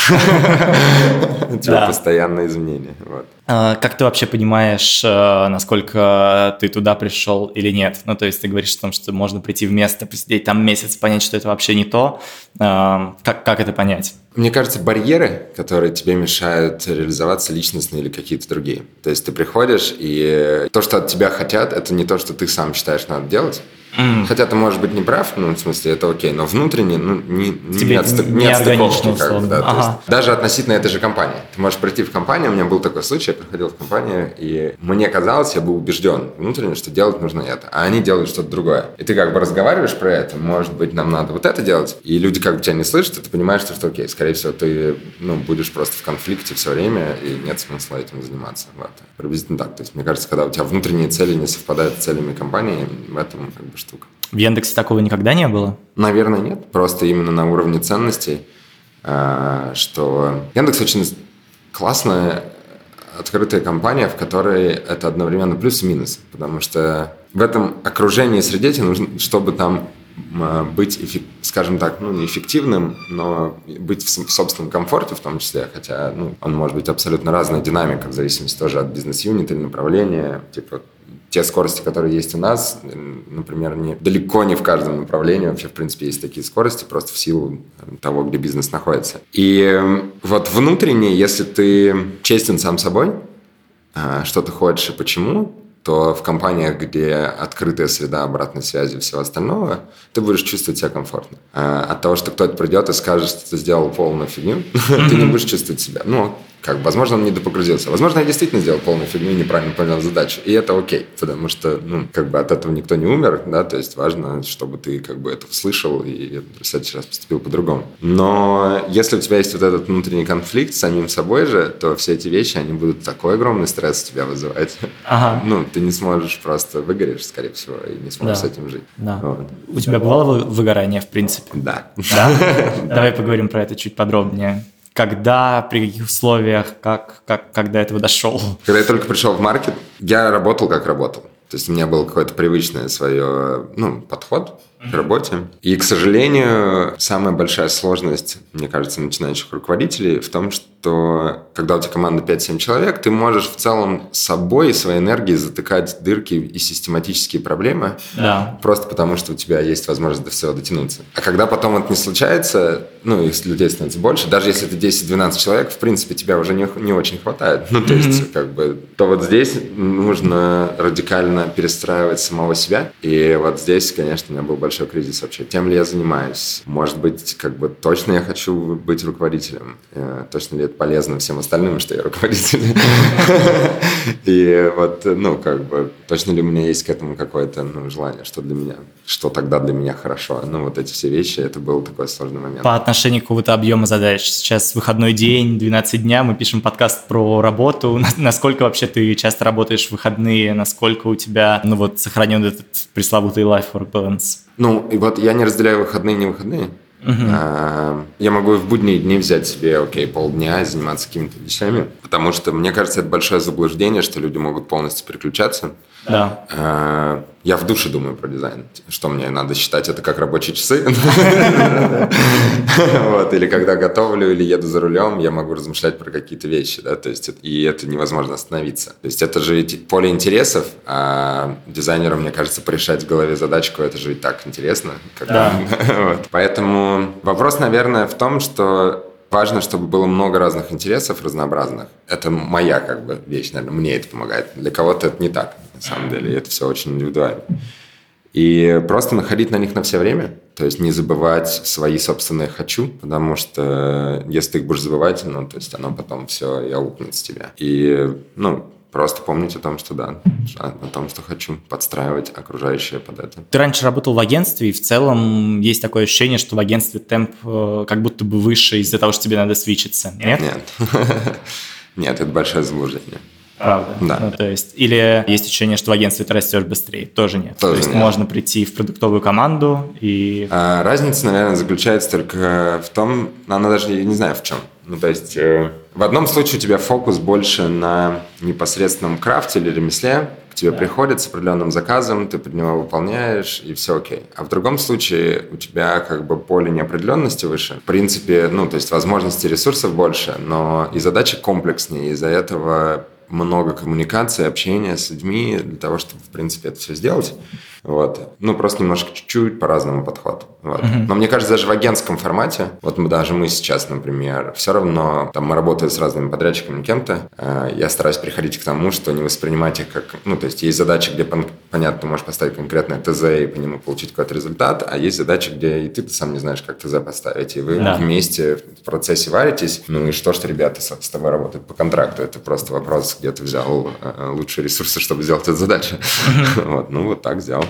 S3: У тебя постоянные изменения.
S1: Как ты вообще понимаешь, насколько ты туда пришел или нет? Ну, то есть ты говоришь о том, что можно прийти в место, посидеть там месяц, понять, что это вообще не то. Как, как это понять?
S3: Мне кажется, барьеры, которые тебе мешают реализоваться личностно или какие-то другие. То есть ты приходишь, и то, что от тебя хотят, это не то, что ты сам считаешь, надо делать. Mm. Хотя ты можешь быть неправ, ну, в смысле, это окей, но внутренне ну, не, не, отстык, не отстыковки. Как бы, да, ага. то есть, даже относительно этой же компании. Ты можешь прийти в компанию, у меня был такой случай, я приходил в компанию, и мне казалось, я был убежден внутренне, что делать нужно это, а они делают что-то другое. И ты как бы разговариваешь про это, может быть, нам надо вот это делать, и люди как бы тебя не слышат, и ты понимаешь, что, что окей, скорее всего, ты ну, будешь просто в конфликте все время, и нет смысла этим заниматься. Вот. Приблизительно так. То есть, мне кажется, когда у тебя внутренние цели не совпадают с целями компании, в этом как бы штука.
S1: В Яндексе такого никогда не было?
S3: Наверное, нет. Просто именно на уровне ценностей, что Яндекс очень классная, открытая компания, в которой это одновременно плюс и минус. Потому что в этом окружении среде тебе нужно, чтобы там быть, скажем так, ну, не эффективным, но быть в собственном комфорте в том числе, хотя ну, он может быть абсолютно разная динамика, в зависимости тоже от бизнес-юнита или направления, типа те скорости, которые есть у нас, например, не, далеко не в каждом направлении вообще, в принципе, есть такие скорости, просто в силу того, где бизнес находится. И вот внутренне, если ты честен сам собой, что ты хочешь и почему, то в компаниях, где открытая среда обратной связи и всего остального, ты будешь чувствовать себя комфортно. А от того, что кто-то придет и скажет, что ты сделал полную фигню, ты не будешь чувствовать себя. Ну, как бы, возможно, он не допогрузился. Возможно, я действительно сделал полную фигню и неправильно понял задачу. И это окей, потому что, ну, как бы от этого никто не умер, да, то есть важно, чтобы ты как бы это услышал и в следующий раз поступил по-другому. Но если у тебя есть вот этот внутренний конфликт с самим собой же, то все эти вещи, они будут такой огромный стресс у тебя вызывать. Ага. Ну, ты не сможешь просто выгореть, скорее всего, и не сможешь да. с этим жить.
S1: Да. Вот. У тебя бывало выгорание, в принципе?
S3: Да.
S1: Да? Давай поговорим про это чуть подробнее. Когда, при каких условиях, как, как, как до этого дошел?
S3: Когда я только пришел в маркет, я работал, как работал. То есть у меня был какой-то привычный свой, ну, подход к работе. И, к сожалению, самая большая сложность, мне кажется, начинающих руководителей в том, что когда у тебя команда пять-семь человек, ты можешь в целом с собой и своей энергией затыкать дырки и систематические проблемы,
S1: да.
S3: просто потому, что у тебя есть возможность до всего дотянуться. А когда потом это не случается, ну, их людей становится больше, даже если это десять-двенадцать человек, в принципе, тебя уже не, не очень хватает. Ну, то mm-hmm. есть, как бы, то вот здесь нужно радикально перестраивать самого себя. И вот здесь, конечно, у меня был большой кризис вообще. Тем ли я занимаюсь? Может быть, как бы точно я хочу быть руководителем? Точно ли это полезно всем остальным, что я руководитель? И вот, ну, как бы, точно ли у меня есть к этому какое-то желание, что для меня, что тогда для меня хорошо? Ну, вот эти все вещи, это был такой сложный момент.
S1: По отношению к какого-то объема задач. Сейчас выходной день, двенадцать дня, мы пишем подкаст про работу. Насколько вообще ты часто работаешь в выходные? Насколько у тебя, ну, вот, сохранен этот пресловутый life-work balance?
S3: Ну, и вот я не разделяю выходные и не выходные. Uh-huh. А, я могу и в будние дни взять себе, окей, полдня, заниматься какими-то вещами, потому что, мне кажется, это большое заблуждение, что люди могут полностью переключаться.
S1: Да.
S3: А, я в душе думаю про дизайн. Что мне надо считать это как рабочие часы? Или когда готовлю, или еду за рулем, я могу размышлять про какие-то вещи. И это невозможно остановиться. То есть это же поле интересов, а дизайнеру, мне кажется, порешать в голове задачку, это же и так интересно. Поэтому вопрос, наверное, в том, что важно, чтобы было много разных интересов, разнообразных. Это моя как бы вещь, наверное, мне это помогает. Для кого-то это не так, на самом деле. Это все очень индивидуально. И просто находить на них на все время. То есть не забывать свои собственные «хочу», потому что если ты их будешь забывать, ну, то есть оно потом все и аукнет с тебя. И, ну, просто помнить о том, что да, о том, что хочу, подстраивать окружающее под это.
S1: Ты раньше работал в агентстве, и в целом есть такое ощущение, что в агентстве темп как будто бы выше из-за того, что тебе надо свитчиться. Нет?
S3: Нет. Нет, это большое заблуждение.
S1: Правда?
S3: Да.
S1: Ну, то есть, или есть ощущение, что в агентстве ты растешь быстрее? Тоже нет.
S3: Тоже
S1: то есть
S3: нет.
S1: Можно прийти в продуктовую команду и...
S3: А, разница, наверное, заключается только в том, она даже, я не знаю в чем. Ну, то есть, э, в одном случае у тебя фокус больше на непосредственном крафте или ремесле, к тебе да. приходят с определенным заказом, ты под него выполняешь, и все окей. А в другом случае у тебя как бы поле неопределенности выше. В принципе, ну, то есть возможностей ресурсов больше, но и задачи комплекснее, из-за этого много коммуникации, общения с людьми для того, чтобы, в принципе, это все сделать. Вот. Ну, просто немножко чуть-чуть по-разному подход. Вот. Uh-huh. Но мне кажется, даже в агентском формате, вот мы, даже мы сейчас, например, все равно, там мы работаем с разными подрядчиками кем-то, э, я стараюсь приходить к тому, что не воспринимать их как... Ну, то есть есть задачи, где, понятно, ты можешь поставить конкретное ТЗ и по нему получить какой-то результат, а есть задачи, где и ты, ты сам не знаешь, как ТЗ поставить, и вы да. вместе в процессе варитесь. Ну и что, что ребята с, с тобой работают по контракту? Это просто вопрос, где ты взял э, лучшие ресурсы, чтобы сделать эту задачу. Uh-huh. Вот. Ну, вот так взял.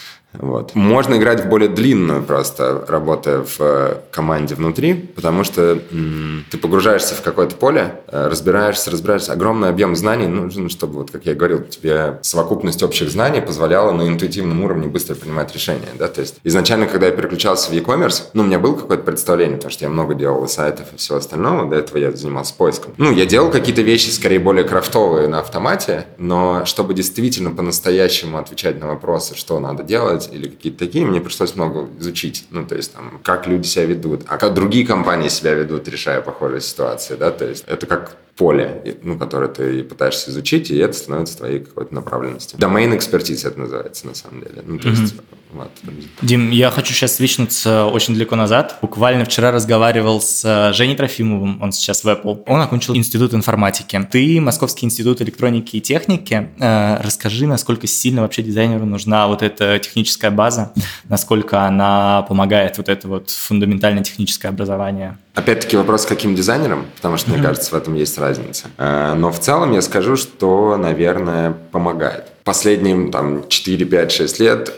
S3: Вот. Можно играть в более длинную просто, работая в команде внутри, потому что м- ты погружаешься в какое-то поле, разбираешься, разбираешься. Огромный объем знаний нужен, чтобы, вот, как я говорил, тебе совокупность общих знаний позволяла на интуитивном уровне быстро принимать решения. Да? То есть изначально, когда я переключался в e-commerce, ну, у меня было какое-то представление, потому что я много делал и сайтов, и всего остального. До этого я занимался поиском. Ну, я делал какие-то вещи, скорее, более крафтовые на автомате, но чтобы действительно по-настоящему отвечать на вопросы, что надо делать, или какие-то такие, мне пришлось много изучить. Ну, то есть, там, как люди себя ведут, а как другие компании себя ведут, решая похожие ситуации, да, то есть, это как поле, ну, которое ты пытаешься изучить, и это становится твоей какой-то направленностью. Domain expertise это называется, на самом деле. Ну, то mm-hmm. есть, вот.
S1: Дим, я хочу сейчас свичнуться очень далеко назад. Буквально вчера разговаривал с Женей Трофимовым, он сейчас в Apple. Он окончил институт информатики. Ты Московский институт электроники и техники. Расскажи, насколько сильно вообще дизайнеру нужна вот эта техническая база, насколько она помогает вот это вот фундаментальное техническое образование.
S3: Опять-таки вопрос, с каким дизайнером, потому что, mm-hmm. мне кажется, в этом есть разница. Но в целом я скажу, что, наверное, помогает. Последние там четыре, пять, шесть лет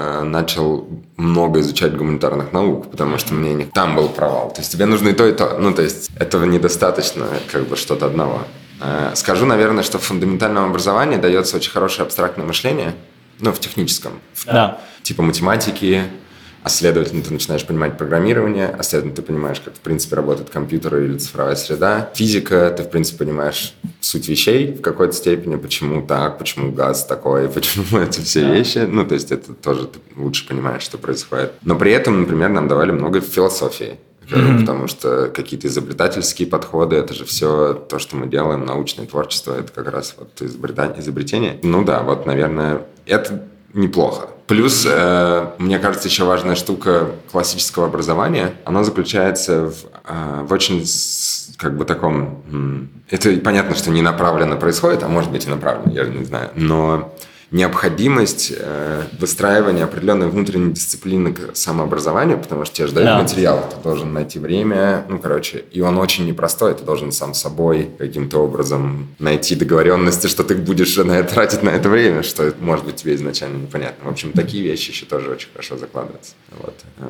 S3: начал много изучать гуманитарных наук, потому что мне не... там был провал. То есть тебе нужно и то, и то. Ну, то есть этого недостаточно, как бы что-то одного. Скажу, наверное, что в фундаментальном образовании дается очень хорошее абстрактное мышление, ну, в техническом.
S1: Да.
S3: Типа математики, а следовательно, ты начинаешь понимать программирование, а следовательно, ты понимаешь, как, в принципе, работает компьютер или цифровая среда. Физика, ты, в принципе, понимаешь суть вещей в какой-то степени, почему так, почему газ такой, почему эти все да. вещи. Ну, то есть это тоже ты лучше понимаешь, что происходит. Но при этом, например, нам давали много философии. Mm-hmm. Потому что какие-то изобретательские подходы, это же все то, что мы делаем, научное творчество, это как раз вот изобретение. Ну да, вот, наверное, это неплохо. Плюс, э, мне кажется, еще важная штука классического образования, она заключается в, э, в очень как бы таком... М- это понятно, что не направленно происходит, а может быть и направленно, я же не знаю, но... необходимость э, выстраивания определенной внутренней дисциплины к самообразованию, потому что тебе же дают да. материал, ты должен найти время, ну, короче, и он очень непростой, ты должен сам с собой каким-то образом найти договоренности, что ты будешь на это тратить на это время, что, может быть, тебе изначально непонятно. В общем, такие вещи еще тоже очень хорошо закладываются. Вот.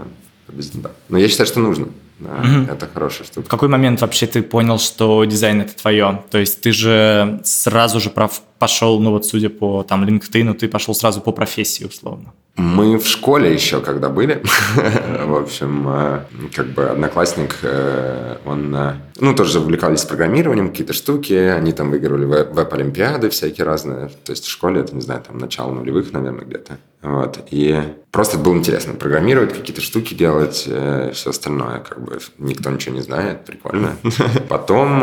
S3: Но я считаю, что нужно. Да, угу. Это хорошая штука.
S1: В какой момент вообще ты понял, что дизайн – это твое? То есть ты же сразу же прав, пошел, ну вот судя по там LinkedIn, ты пошел сразу по профессии условно.
S3: Мы в школе еще когда были, в общем, как бы одноклассник, он, ну, тоже увлекались программированием, какие-то штуки, они там выигрывали веб-олимпиады всякие разные, то есть в школе, это, не знаю, там начало нулевых, наверное, где-то, вот, и просто было интересно программировать, какие-то штуки делать, все остальное, как бы никто ничего не знает, прикольно. Потом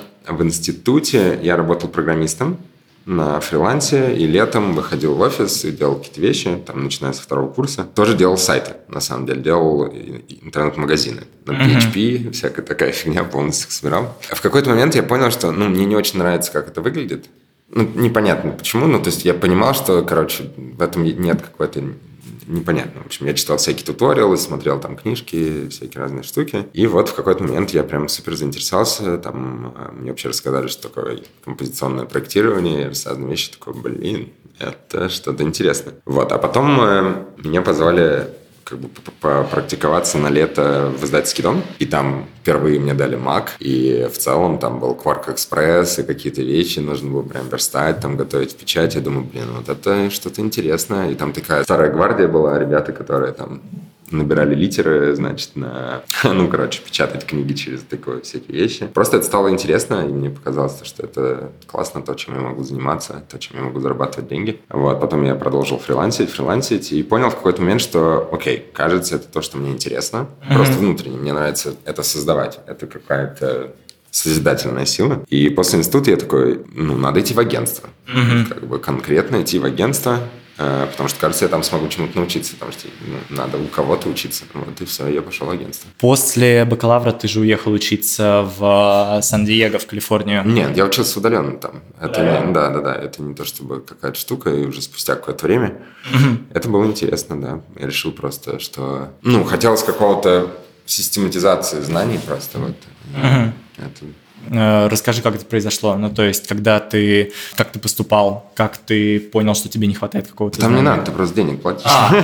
S3: в институте я работал программистом на фрилансе, и летом выходил в офис и делал какие-то вещи, там, начиная со второго курса. Тоже делал сайты, на самом деле. Делал интернет-магазины на пи эйч пи, uh-huh. всякая такая фигня, полностью собирал. А в какой-то момент я понял, что, ну, мне не очень нравится, как это выглядит. Ну, непонятно почему, ну, то есть я понимал, что, короче, в этом нет какой-то... непонятно. В общем, я читал всякие туториалы, смотрел там книжки, всякие разные штуки. И вот в какой-то момент я прям супер заинтересовался. Там мне вообще рассказали, что такое композиционное проектирование, разные вещи. Такой, блин, это что-то интересное. Вот. А потом э, меня позвали как бы попрактиковаться на лето в издательский дом. И там впервые мне дали Mac. И в целом там был Quark Express и какие-то вещи. Нужно было прям верстать, там готовить в печать. Я думаю, блин, вот это что-то интересное. И там такая старая гвардия была, ребята, которые там набирали литеры, значит, на... ну, короче, печатать книги через такое всякие вещи. Просто это стало интересно, и мне показалось, что это классно, то, чем я могу заниматься, то, чем я могу зарабатывать деньги. Вот, потом я продолжил фрилансить, фрилансить, и понял в какой-то момент, что, окей, кажется, это то, что мне интересно, mm-hmm. просто внутренне. Мне нравится это создавать. Это какая-то созидательная сила. И после института я такой, ну, надо идти в агентство. Mm-hmm. Как бы конкретно идти в агентство, потому что, кажется, я там смогу чему-то научиться, потому что ну, надо у кого-то учиться. Вот и все, я пошел в агентство.
S1: После бакалавра ты же уехал учиться в Сан-Диего, в Калифорнию.
S3: Нет, я учился удаленно там. Это да. Не, да, да, да. Это не то, чтобы какая-то штука, и уже спустя какое-то время. Mm-hmm. Это было интересно, да. Я решил просто, что... Ну, хотелось какого-то систематизации знаний просто. Вот. Mm-hmm. Это...
S1: Расскажи, как это произошло. Ну, то есть, когда ты... Как ты поступал? Как ты понял, что тебе не хватает какого-то
S3: Там
S1: знания?
S3: не надо, ты просто денег платишь.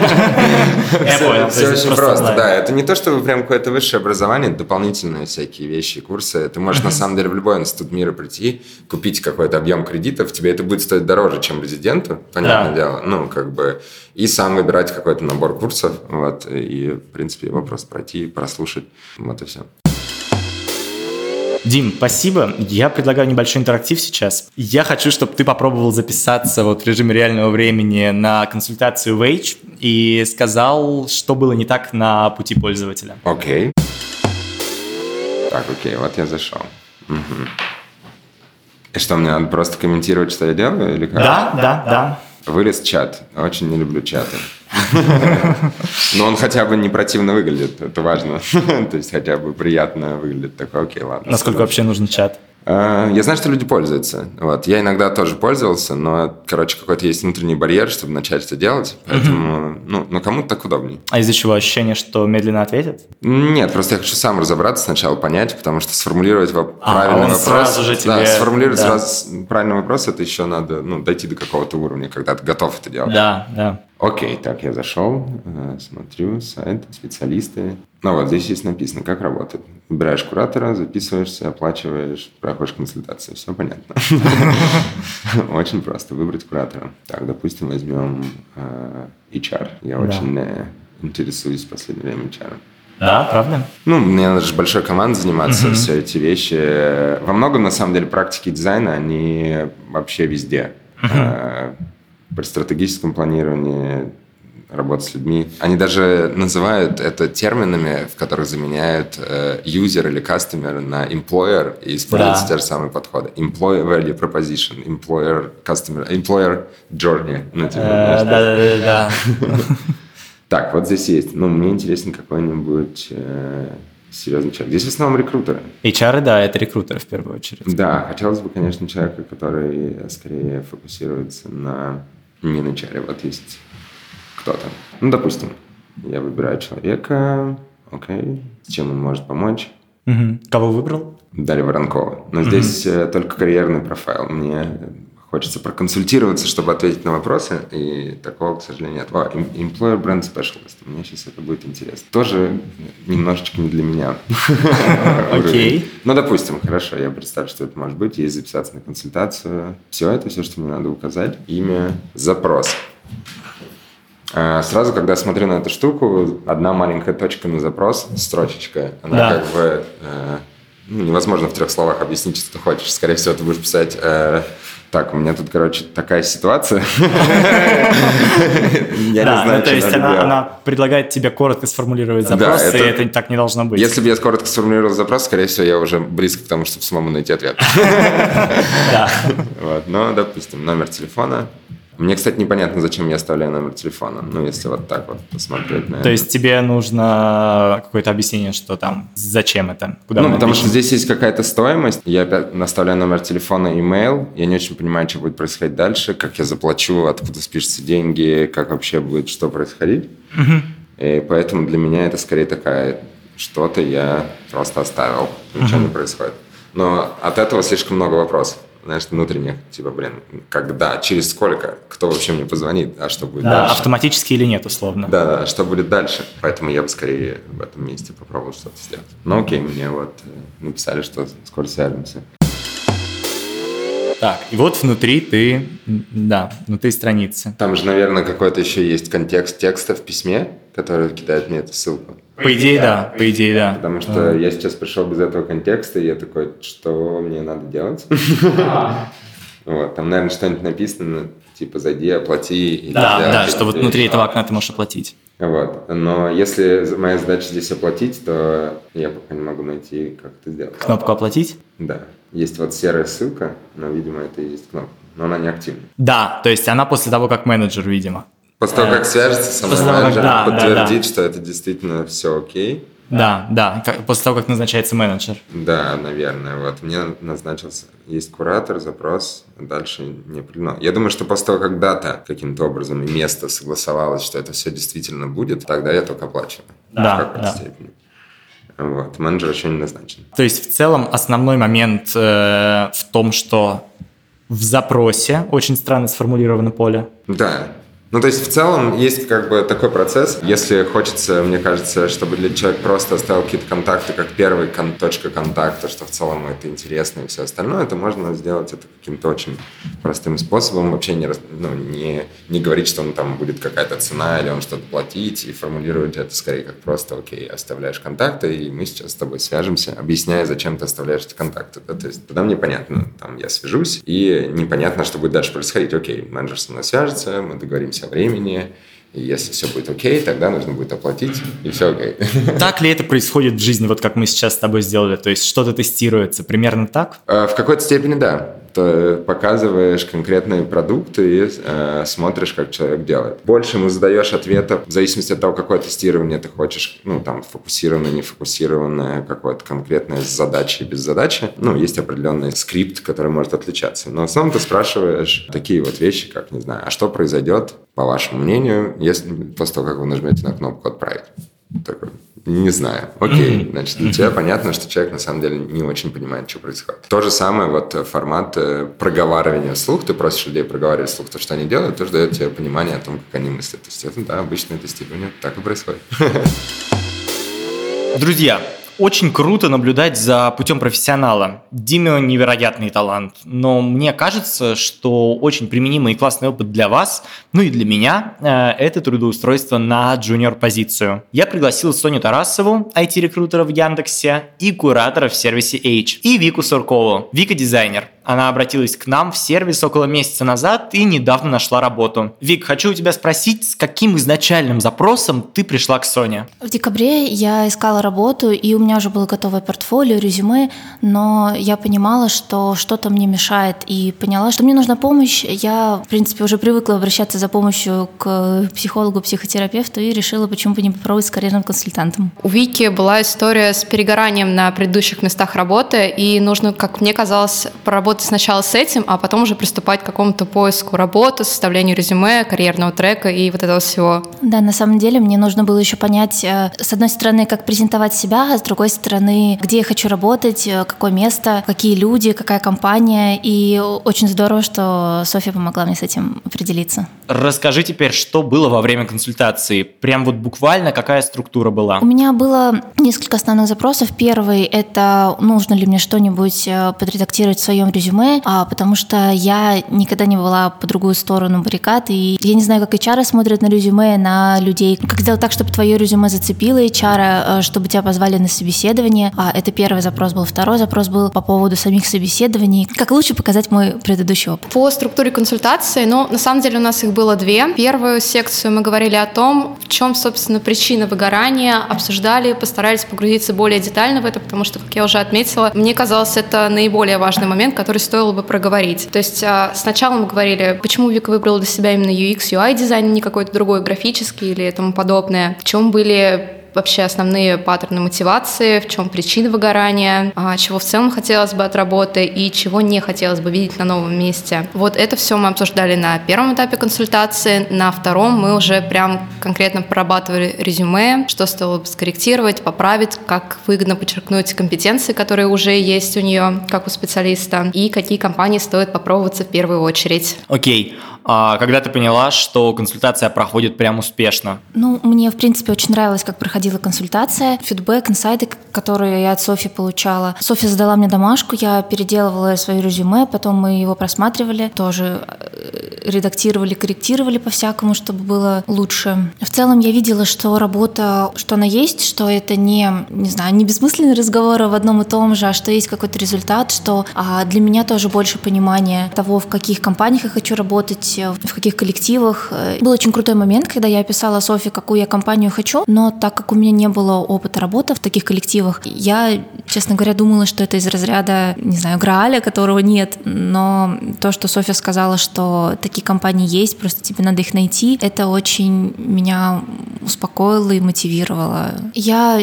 S1: Я понял.
S3: Все очень просто, да. Это не то, что прям какое-то высшее образование, дополнительные всякие вещи, курсы. Ты можешь, на самом деле, в любой институт мира прийти, купить какой-то объем кредитов, тебе это будет стоить дороже, чем резиденту, понятное дело. Ну, как бы... И сам выбирать какой-то набор курсов. Вот. И, в принципе, его просто пройти, прослушать. Вот и все.
S1: Дим, спасибо. Я предлагаю небольшой интерактив сейчас. Я хочу, чтобы ты попробовал записаться вот в режиме реального времени на консультацию в Эйч и сказал, что было не так на пути пользователя.
S3: Окей. Так, окей, вот я зашел. Угу. И что, мне надо просто комментировать, что я делаю, или как?
S1: Да, да, да.
S3: Вылез чат. Очень не люблю чаты. Но он хотя бы не противно выглядит, это важно. То есть хотя бы приятно выглядит. Такой, окей, ладно.
S1: Насколько вообще нужен чат?
S3: Я знаю, что люди пользуются. Вот. Я иногда тоже пользовался, но, короче, какой-то есть внутренний барьер, чтобы начать это делать. Поэтому, ну, ну, кому-то так удобнее.
S1: А из-за чего? Ощущение, что медленно ответят?
S3: Нет, просто я хочу сам разобраться сначала, понять, потому что сформулировать воп-
S1: а,
S3: правильный
S1: он
S3: вопрос...
S1: сразу же тебе...
S3: Да, сформулировать
S1: да.
S3: сразу правильный вопрос, это еще надо ну, дойти до какого-то уровня, когда ты готов это делать.
S1: Да, да.
S3: Окей, так, я зашел, смотрю, сайт, специалисты. Ну вот, здесь есть написано, как работает. Выбираешь куратора, записываешься, оплачиваешь, проходишь консультацию. Все понятно. Очень просто выбрать куратора. Так, допустим, возьмем эйч ар. Я очень интересуюсь в последнее время эйч ар.
S1: Да, правда?
S3: Ну, мне надо же большой командой заниматься,
S1: uh-huh.
S3: все эти вещи. Во многом, на самом деле, практики дизайна, они вообще везде. Uh-huh. При стратегическом планировании, работа с людьми. Они даже называют это терминами, в которых заменяют э, user или customer на employer и используются да. те же самые подходы. Employer value proposition, employer customer, employer journey. Ну, типа,
S1: да, да, да, да.
S3: Так, вот здесь есть. Ну, мне интересен какой-нибудь э, серьезный человек. Здесь в основном рекрутеры.
S1: эйч ар, да, это рекрутеры в первую очередь.
S3: Да, хотелось бы, конечно, человека, который скорее фокусируется на не на эйч ар. Вот есть кто-то. Ну, допустим, я выбираю человека, окей, с чем он может помочь.
S1: Угу. Кого выбрал?
S3: Дарья Воронкова. Но угу. здесь э, только карьерный профайл. Мне хочется проконсультироваться, чтобы ответить на вопросы, и такого, к сожалению, нет. О, Employer Brand Specialist. Мне сейчас это будет интересно. Тоже немножечко не для меня.
S1: Окей.
S3: Ну, допустим, хорошо, я представлю, что это может быть. Есть записаться на консультацию. Все это, все, что мне надо указать. Имя, запрос. Сразу, когда смотрю на эту штуку, одна маленькая точка на запрос, строчечка, она да. как бы... Э, ну, невозможно в трех словах объяснить, что ты хочешь. Скорее всего, ты будешь писать... Э, так, у меня тут, короче, такая ситуация. Я не знаю,
S1: то есть она предлагает тебе коротко сформулировать запрос, и это так не должно быть.
S3: Если бы я коротко сформулировал запрос, скорее всего, я уже близко к тому, чтобы самому найти ответ.
S1: Да.
S3: Но, допустим, номер телефона... Мне, кстати, непонятно, зачем я оставляю номер телефона. Ну, если вот так вот посмотреть на это.
S1: То есть тебе нужно какое-то объяснение, что там, зачем это? Куда
S3: ну, потому что здесь есть какая-то стоимость. Я опять наставляю номер телефона, имейл. Я не очень понимаю, что будет происходить дальше, как я заплачу, откуда спишутся деньги, как вообще будет что происходить.
S1: Угу.
S3: И поэтому для меня это скорее такая, что-то я просто оставил, ничего угу. не происходит. Но от этого слишком много вопросов. Знаешь, внутренних, типа, блин, когда, через сколько, кто вообще мне позвонит, а что будет
S1: да,
S3: дальше?
S1: Автоматически или нет, условно.
S3: Да, да, что будет дальше? Поэтому я бы скорее в этом месте попробовал что-то сделать. Ну окей, мне вот написали, что скоро свяжемся.
S1: Так, и вот внутри ты, да, внутри страницы.
S3: Там же, наверное, какой-то еще есть контекст текста в письме, который кидает мне эту ссылку.
S1: По идее, да, по идее, да.
S3: Потому что а. я сейчас пришел без этого контекста, и я такой, что мне надо делать? Вот, там, наверное, что-нибудь написано, типа, зайди, оплати.
S1: Да, да, что вот внутри этого окна ты можешь оплатить.
S3: Вот, но если моя задача здесь оплатить, то я пока не могу найти, как это сделать.
S1: Кнопку «Оплатить»?
S3: Да, есть вот серая ссылка, но, видимо, это и есть кнопка, но она не активна.
S1: Да, то есть она после того, как менеджер, видимо.
S3: После того, как свяжется со мной менеджер, да, подтвердит, да, да. что это действительно все окей.
S1: Да, да, после того, как назначается менеджер.
S3: Да, наверное. Вот мне назначился, есть куратор, запрос, дальше не определено. Я думаю, что после того, как дата каким-то образом и место согласовалось, что это все действительно будет, тогда я только оплачиваю.
S1: Да,
S3: в какой-то
S1: да.
S3: степени. Вот, менеджер еще не назначен.
S1: То есть в целом основной момент э, в том, что в запросе очень странно сформулировано поле.
S3: Да. Ну, то есть, в целом, есть как бы такой процесс. Если хочется, мне кажется, чтобы для человека просто оставил какие-то контакты, как первая кон- точка контакта, что в целом это интересно и все остальное, то можно сделать это каким-то очень простым способом. Вообще не, ну, не, не говорить, что он там будет какая-то цена или он что-то платить, и формулировать это скорее как просто, окей, оставляешь контакты, и мы сейчас с тобой свяжемся, объясняя, зачем ты оставляешь эти контакты. Да? То есть, тогда мне понятно, там я свяжусь, и непонятно, что будет дальше происходить. Окей, менеджер со мной свяжется, мы договоримся времени, и если все будет окей, тогда нужно будет оплатить, и все окей.
S1: Так ли это происходит в жизни, вот как мы сейчас с тобой сделали? То есть что-то тестируется, примерно так?
S3: В какой-то степени да. Ты показываешь конкретные продукты и э, смотришь, как человек делает. Больше ему задаешь ответов в зависимости от того, какое тестирование ты хочешь, ну, там, фокусированное, не фокусированное, какое-то конкретное с задачей, без задачи. Ну, есть определенный скрипт, который может отличаться. Но в основном ты спрашиваешь такие вот вещи, как, не знаю, а что произойдет, по вашему мнению, если после того, как вы нажмете на кнопку «Отправить»? Такой, не знаю. Окей, значит, для тебя понятно, что человек на самом деле не очень понимает, что происходит. То же самое вот формат проговаривания вслух. Ты просишь людей проговаривать вслух то, что они делают, тоже дает тебе понимание о том, как они мыслят. То есть это, да, обычное тестирование. Так и происходит.
S1: Друзья, Очень круто наблюдать за путем профессионала. Диме невероятный талант, но мне кажется, что очень применимый и классный опыт для вас, ну и для меня, это трудоустройство на джуниор-позицию. Я пригласил Соню Тарасову, ай ти-рекрутера в Яндексе, и куратора в сервисе H, и Вику Суркову. Вика дизайнер. Она обратилась к нам в сервис около месяца назад и недавно нашла работу. Вик, хочу у тебя спросить, с каким изначальным запросом ты пришла к Соне?
S4: В декабре я искала работу, и у меня уже было готовое портфолио, резюме, но я понимала, что что-то мне мешает, и поняла, что мне нужна помощь. Я, в принципе, уже привыкла обращаться за помощью к психологу, психотерапевту, и решила, почему бы не попробовать с карьерным консультантом.
S5: У Вики была история с перегоранием на предыдущих местах работы, и нужно, как мне казалось, поработать сначала с этим, а потом уже приступать к какому-то поиску работы, составлению резюме, карьерного трека и вот этого всего.
S4: Да, на самом деле мне нужно было еще понять, с одной стороны, как презентовать себя, а с другой стороны, где я хочу работать, какое место, какие люди, какая компания. И очень здорово, что Софья помогла мне с этим определиться.
S1: Расскажи теперь, что было во время консультации. Прям вот буквально какая структура была?
S4: У меня было несколько основных запросов. Первый – это нужно ли мне что-нибудь подредактировать в своем резюме, а, потому что я никогда не была по другую сторону баррикад, и я не знаю, как эйч ар смотрят на резюме, на людей. Как сделать так, чтобы твое резюме зацепило эйч ар, чтобы тебя позвали на собеседование. А, это первый запрос был. Второй запрос был по поводу самих собеседований. Как лучше показать мой предыдущий опыт?
S5: По структуре консультации, ну, на самом деле у нас их было две. Первую секцию мы говорили о том, в чем, собственно, причина выгорания, обсуждали, постарались погрузиться более детально в это, потому что, как я уже отметила, мне казалось, это наиболее важный момент, который стоило бы проговорить. То есть сначала мы говорили, почему Вика выбрала для себя именно ю экс, ю ай дизайн, а не какой-то другой графический или тому подобное. В чем были вообще основные паттерны мотивации, в чем причина выгорания, чего в целом хотелось бы от работы и чего не хотелось бы видеть на новом месте. Вот это все мы обсуждали на первом этапе консультации. На втором мы уже прям конкретно прорабатывали резюме, что стоило бы скорректировать, поправить, как выгодно подчеркнуть компетенции, которые уже есть у нее, как у специалиста, и какие компании стоит попробоваться в первую очередь.
S1: Окей. А когда ты поняла, что консультация проходит прям успешно?
S4: Ну, мне, в принципе, очень нравилось, как проходила консультация, фидбэк, инсайты, которые я от Софьи получала. Софья задала мне домашку, я переделывала свое резюме, потом мы его просматривали, тоже редактировали, корректировали по-всякому, чтобы было лучше. В целом я видела, что работа, что она есть, что это не, не знаю, не бессмысленный разговор в одном и том же, а что есть какой-то результат, что а, для меня тоже больше понимания того, в каких компаниях я хочу работать, в каких коллективах. Был очень крутой момент, когда я описала Софье, какую я компанию хочу, но так как у меня не было опыта работы в таких коллективах, я, честно говоря, думала, что это из разряда, не знаю, Грааля, которого нет, но то, что Софья сказала, что такие компании есть, просто тебе надо их найти, это очень меня успокоило и мотивировало. Я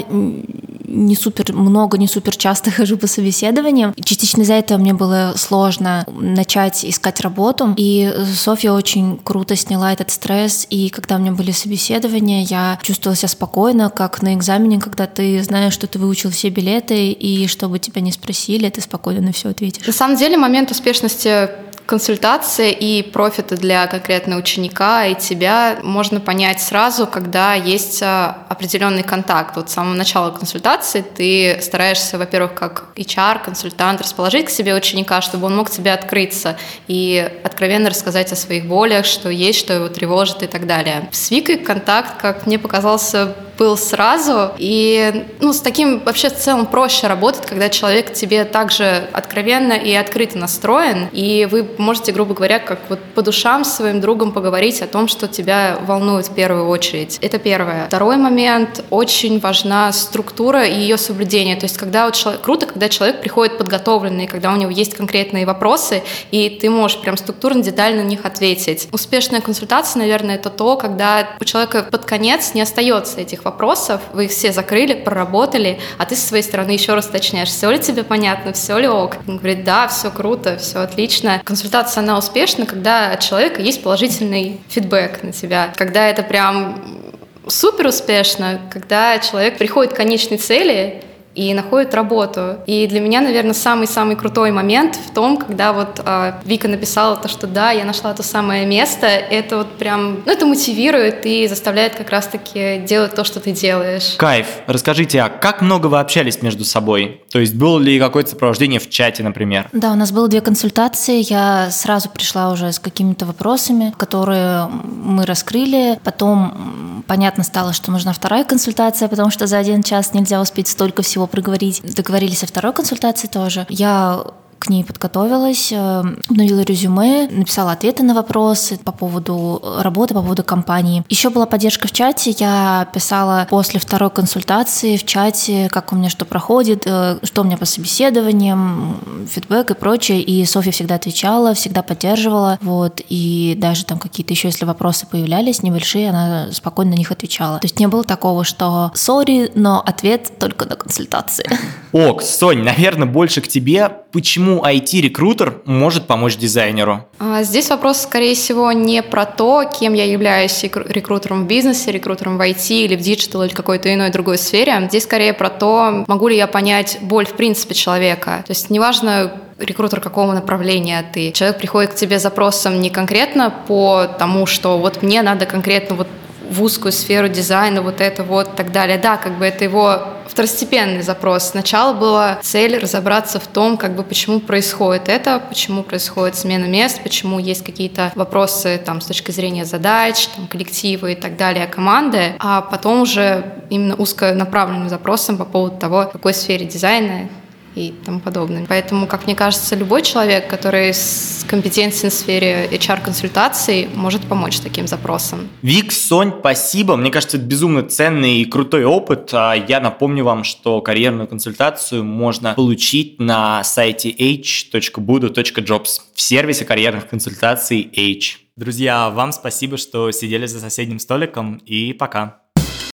S4: не супер много, не супер часто хожу по собеседованиям. Частично из-за этого мне было сложно начать искать работу, и Софья очень круто сняла этот стресс, и когда у меня были собеседования, я чувствовала себя спокойно, как на экзамене, когда ты знаешь, что ты выучил все билеты, и чтобы тебя не спросили, ты спокойно на все ответишь.
S5: На самом деле момент успешности консультации и профита для конкретного ученика и тебя можно понять сразу, когда есть определенный контакт. Вот с самого начала консультации ты стараешься, во-первых, как эйч ар, консультант, расположить к себе ученика, чтобы он мог тебе открыться и откровенно рассказать о своих болях, что есть, что его тревожит и так далее. С Викой контакт, как мне показался, был сразу, и ну, с таким вообще в целом проще работать, когда человек к тебе также откровенно и открыто настроен, и вы можете, грубо говоря, как вот по душам с своим другом поговорить о том, что тебя волнует в первую очередь. Это первое. Второй момент. Очень важна структура и ее соблюдение. То есть когда вот человек, круто, когда человек приходит подготовленный, когда у него есть конкретные вопросы, и ты можешь прям структурно, детально на них ответить. Успешная консультация, наверное, это то, когда у человека под конец не остается этих вопросов, вы их все закрыли, проработали, а ты со своей стороны еще раз уточняешь, все ли тебе понятно, все ли ок. Он говорит, да, все круто, все отлично. Консультация, она успешна, когда от человека есть положительный фидбэк на тебя, когда это прям супер успешно, когда человек приходит к конечной цели и находят работу. И для меня, наверное, самый-самый крутой момент в том, когда вот э, Вика написала то, что да, я нашла то самое место, это вот прям, ну, это мотивирует и заставляет как раз-таки делать то, что ты делаешь.
S1: Кайф. Расскажите, а как много вы общались между собой? То есть было ли какое-то сопровождение в чате, например?
S4: Да, у нас было две консультации. Я сразу пришла уже с какими-то вопросами, которые мы раскрыли. Потом понятно стало, что нужна вторая консультация, потому что за один час нельзя успеть столько всего проговорить. Договорились о второй консультации тоже. Я к ней подготовилась, обновила резюме, написала ответы на вопросы по поводу работы, по поводу компании. Еще была поддержка в чате. Я писала после второй консультации в чате, как у меня что проходит, что у меня по собеседованиям, фидбэк и прочее. И Софья всегда отвечала, всегда поддерживала. Вот. И даже там какие-то еще, если вопросы появлялись небольшие, она спокойно на них отвечала. То есть не было такого, что «сори, но ответ только на консультации».
S1: Ок, Сонь, наверное, больше к тебе. Почему ай ти-рекрутер может помочь дизайнеру?
S5: Здесь вопрос, скорее всего, не про то, кем я являюсь рекрутером в бизнесе, рекрутером в ай ти или в диджитал или какой-то иной другой сфере. Здесь скорее про то, могу ли я понять боль в принципе человека. То есть неважно, рекрутер какого направления ты. Человек приходит к тебе с запросом не конкретно по тому, что вот мне надо конкретно вот в узкую сферу дизайна, вот это вот, и так далее. Да, как бы это его второстепенный запрос. Сначала была цель разобраться в том, как бы почему происходит это, почему происходит смена мест, почему есть какие-то вопросы там, с точки зрения задач, там, коллектива и так далее, команды, а потом уже именно узконаправленным запросом по поводу того, в какой сфере дизайна и тому подобное. Поэтому, как мне кажется, любой человек, который с компетенцией в сфере эйч ар-консультаций, может помочь таким запросам.
S1: Вик, Сонь, спасибо. Мне кажется, это безумно ценный и крутой опыт. Я напомню вам, что карьерную консультацию можно получить на сайте эйч точка буду точка джобс в сервисе карьерных консультаций H. Друзья, вам спасибо, что сидели за соседним столиком, и пока.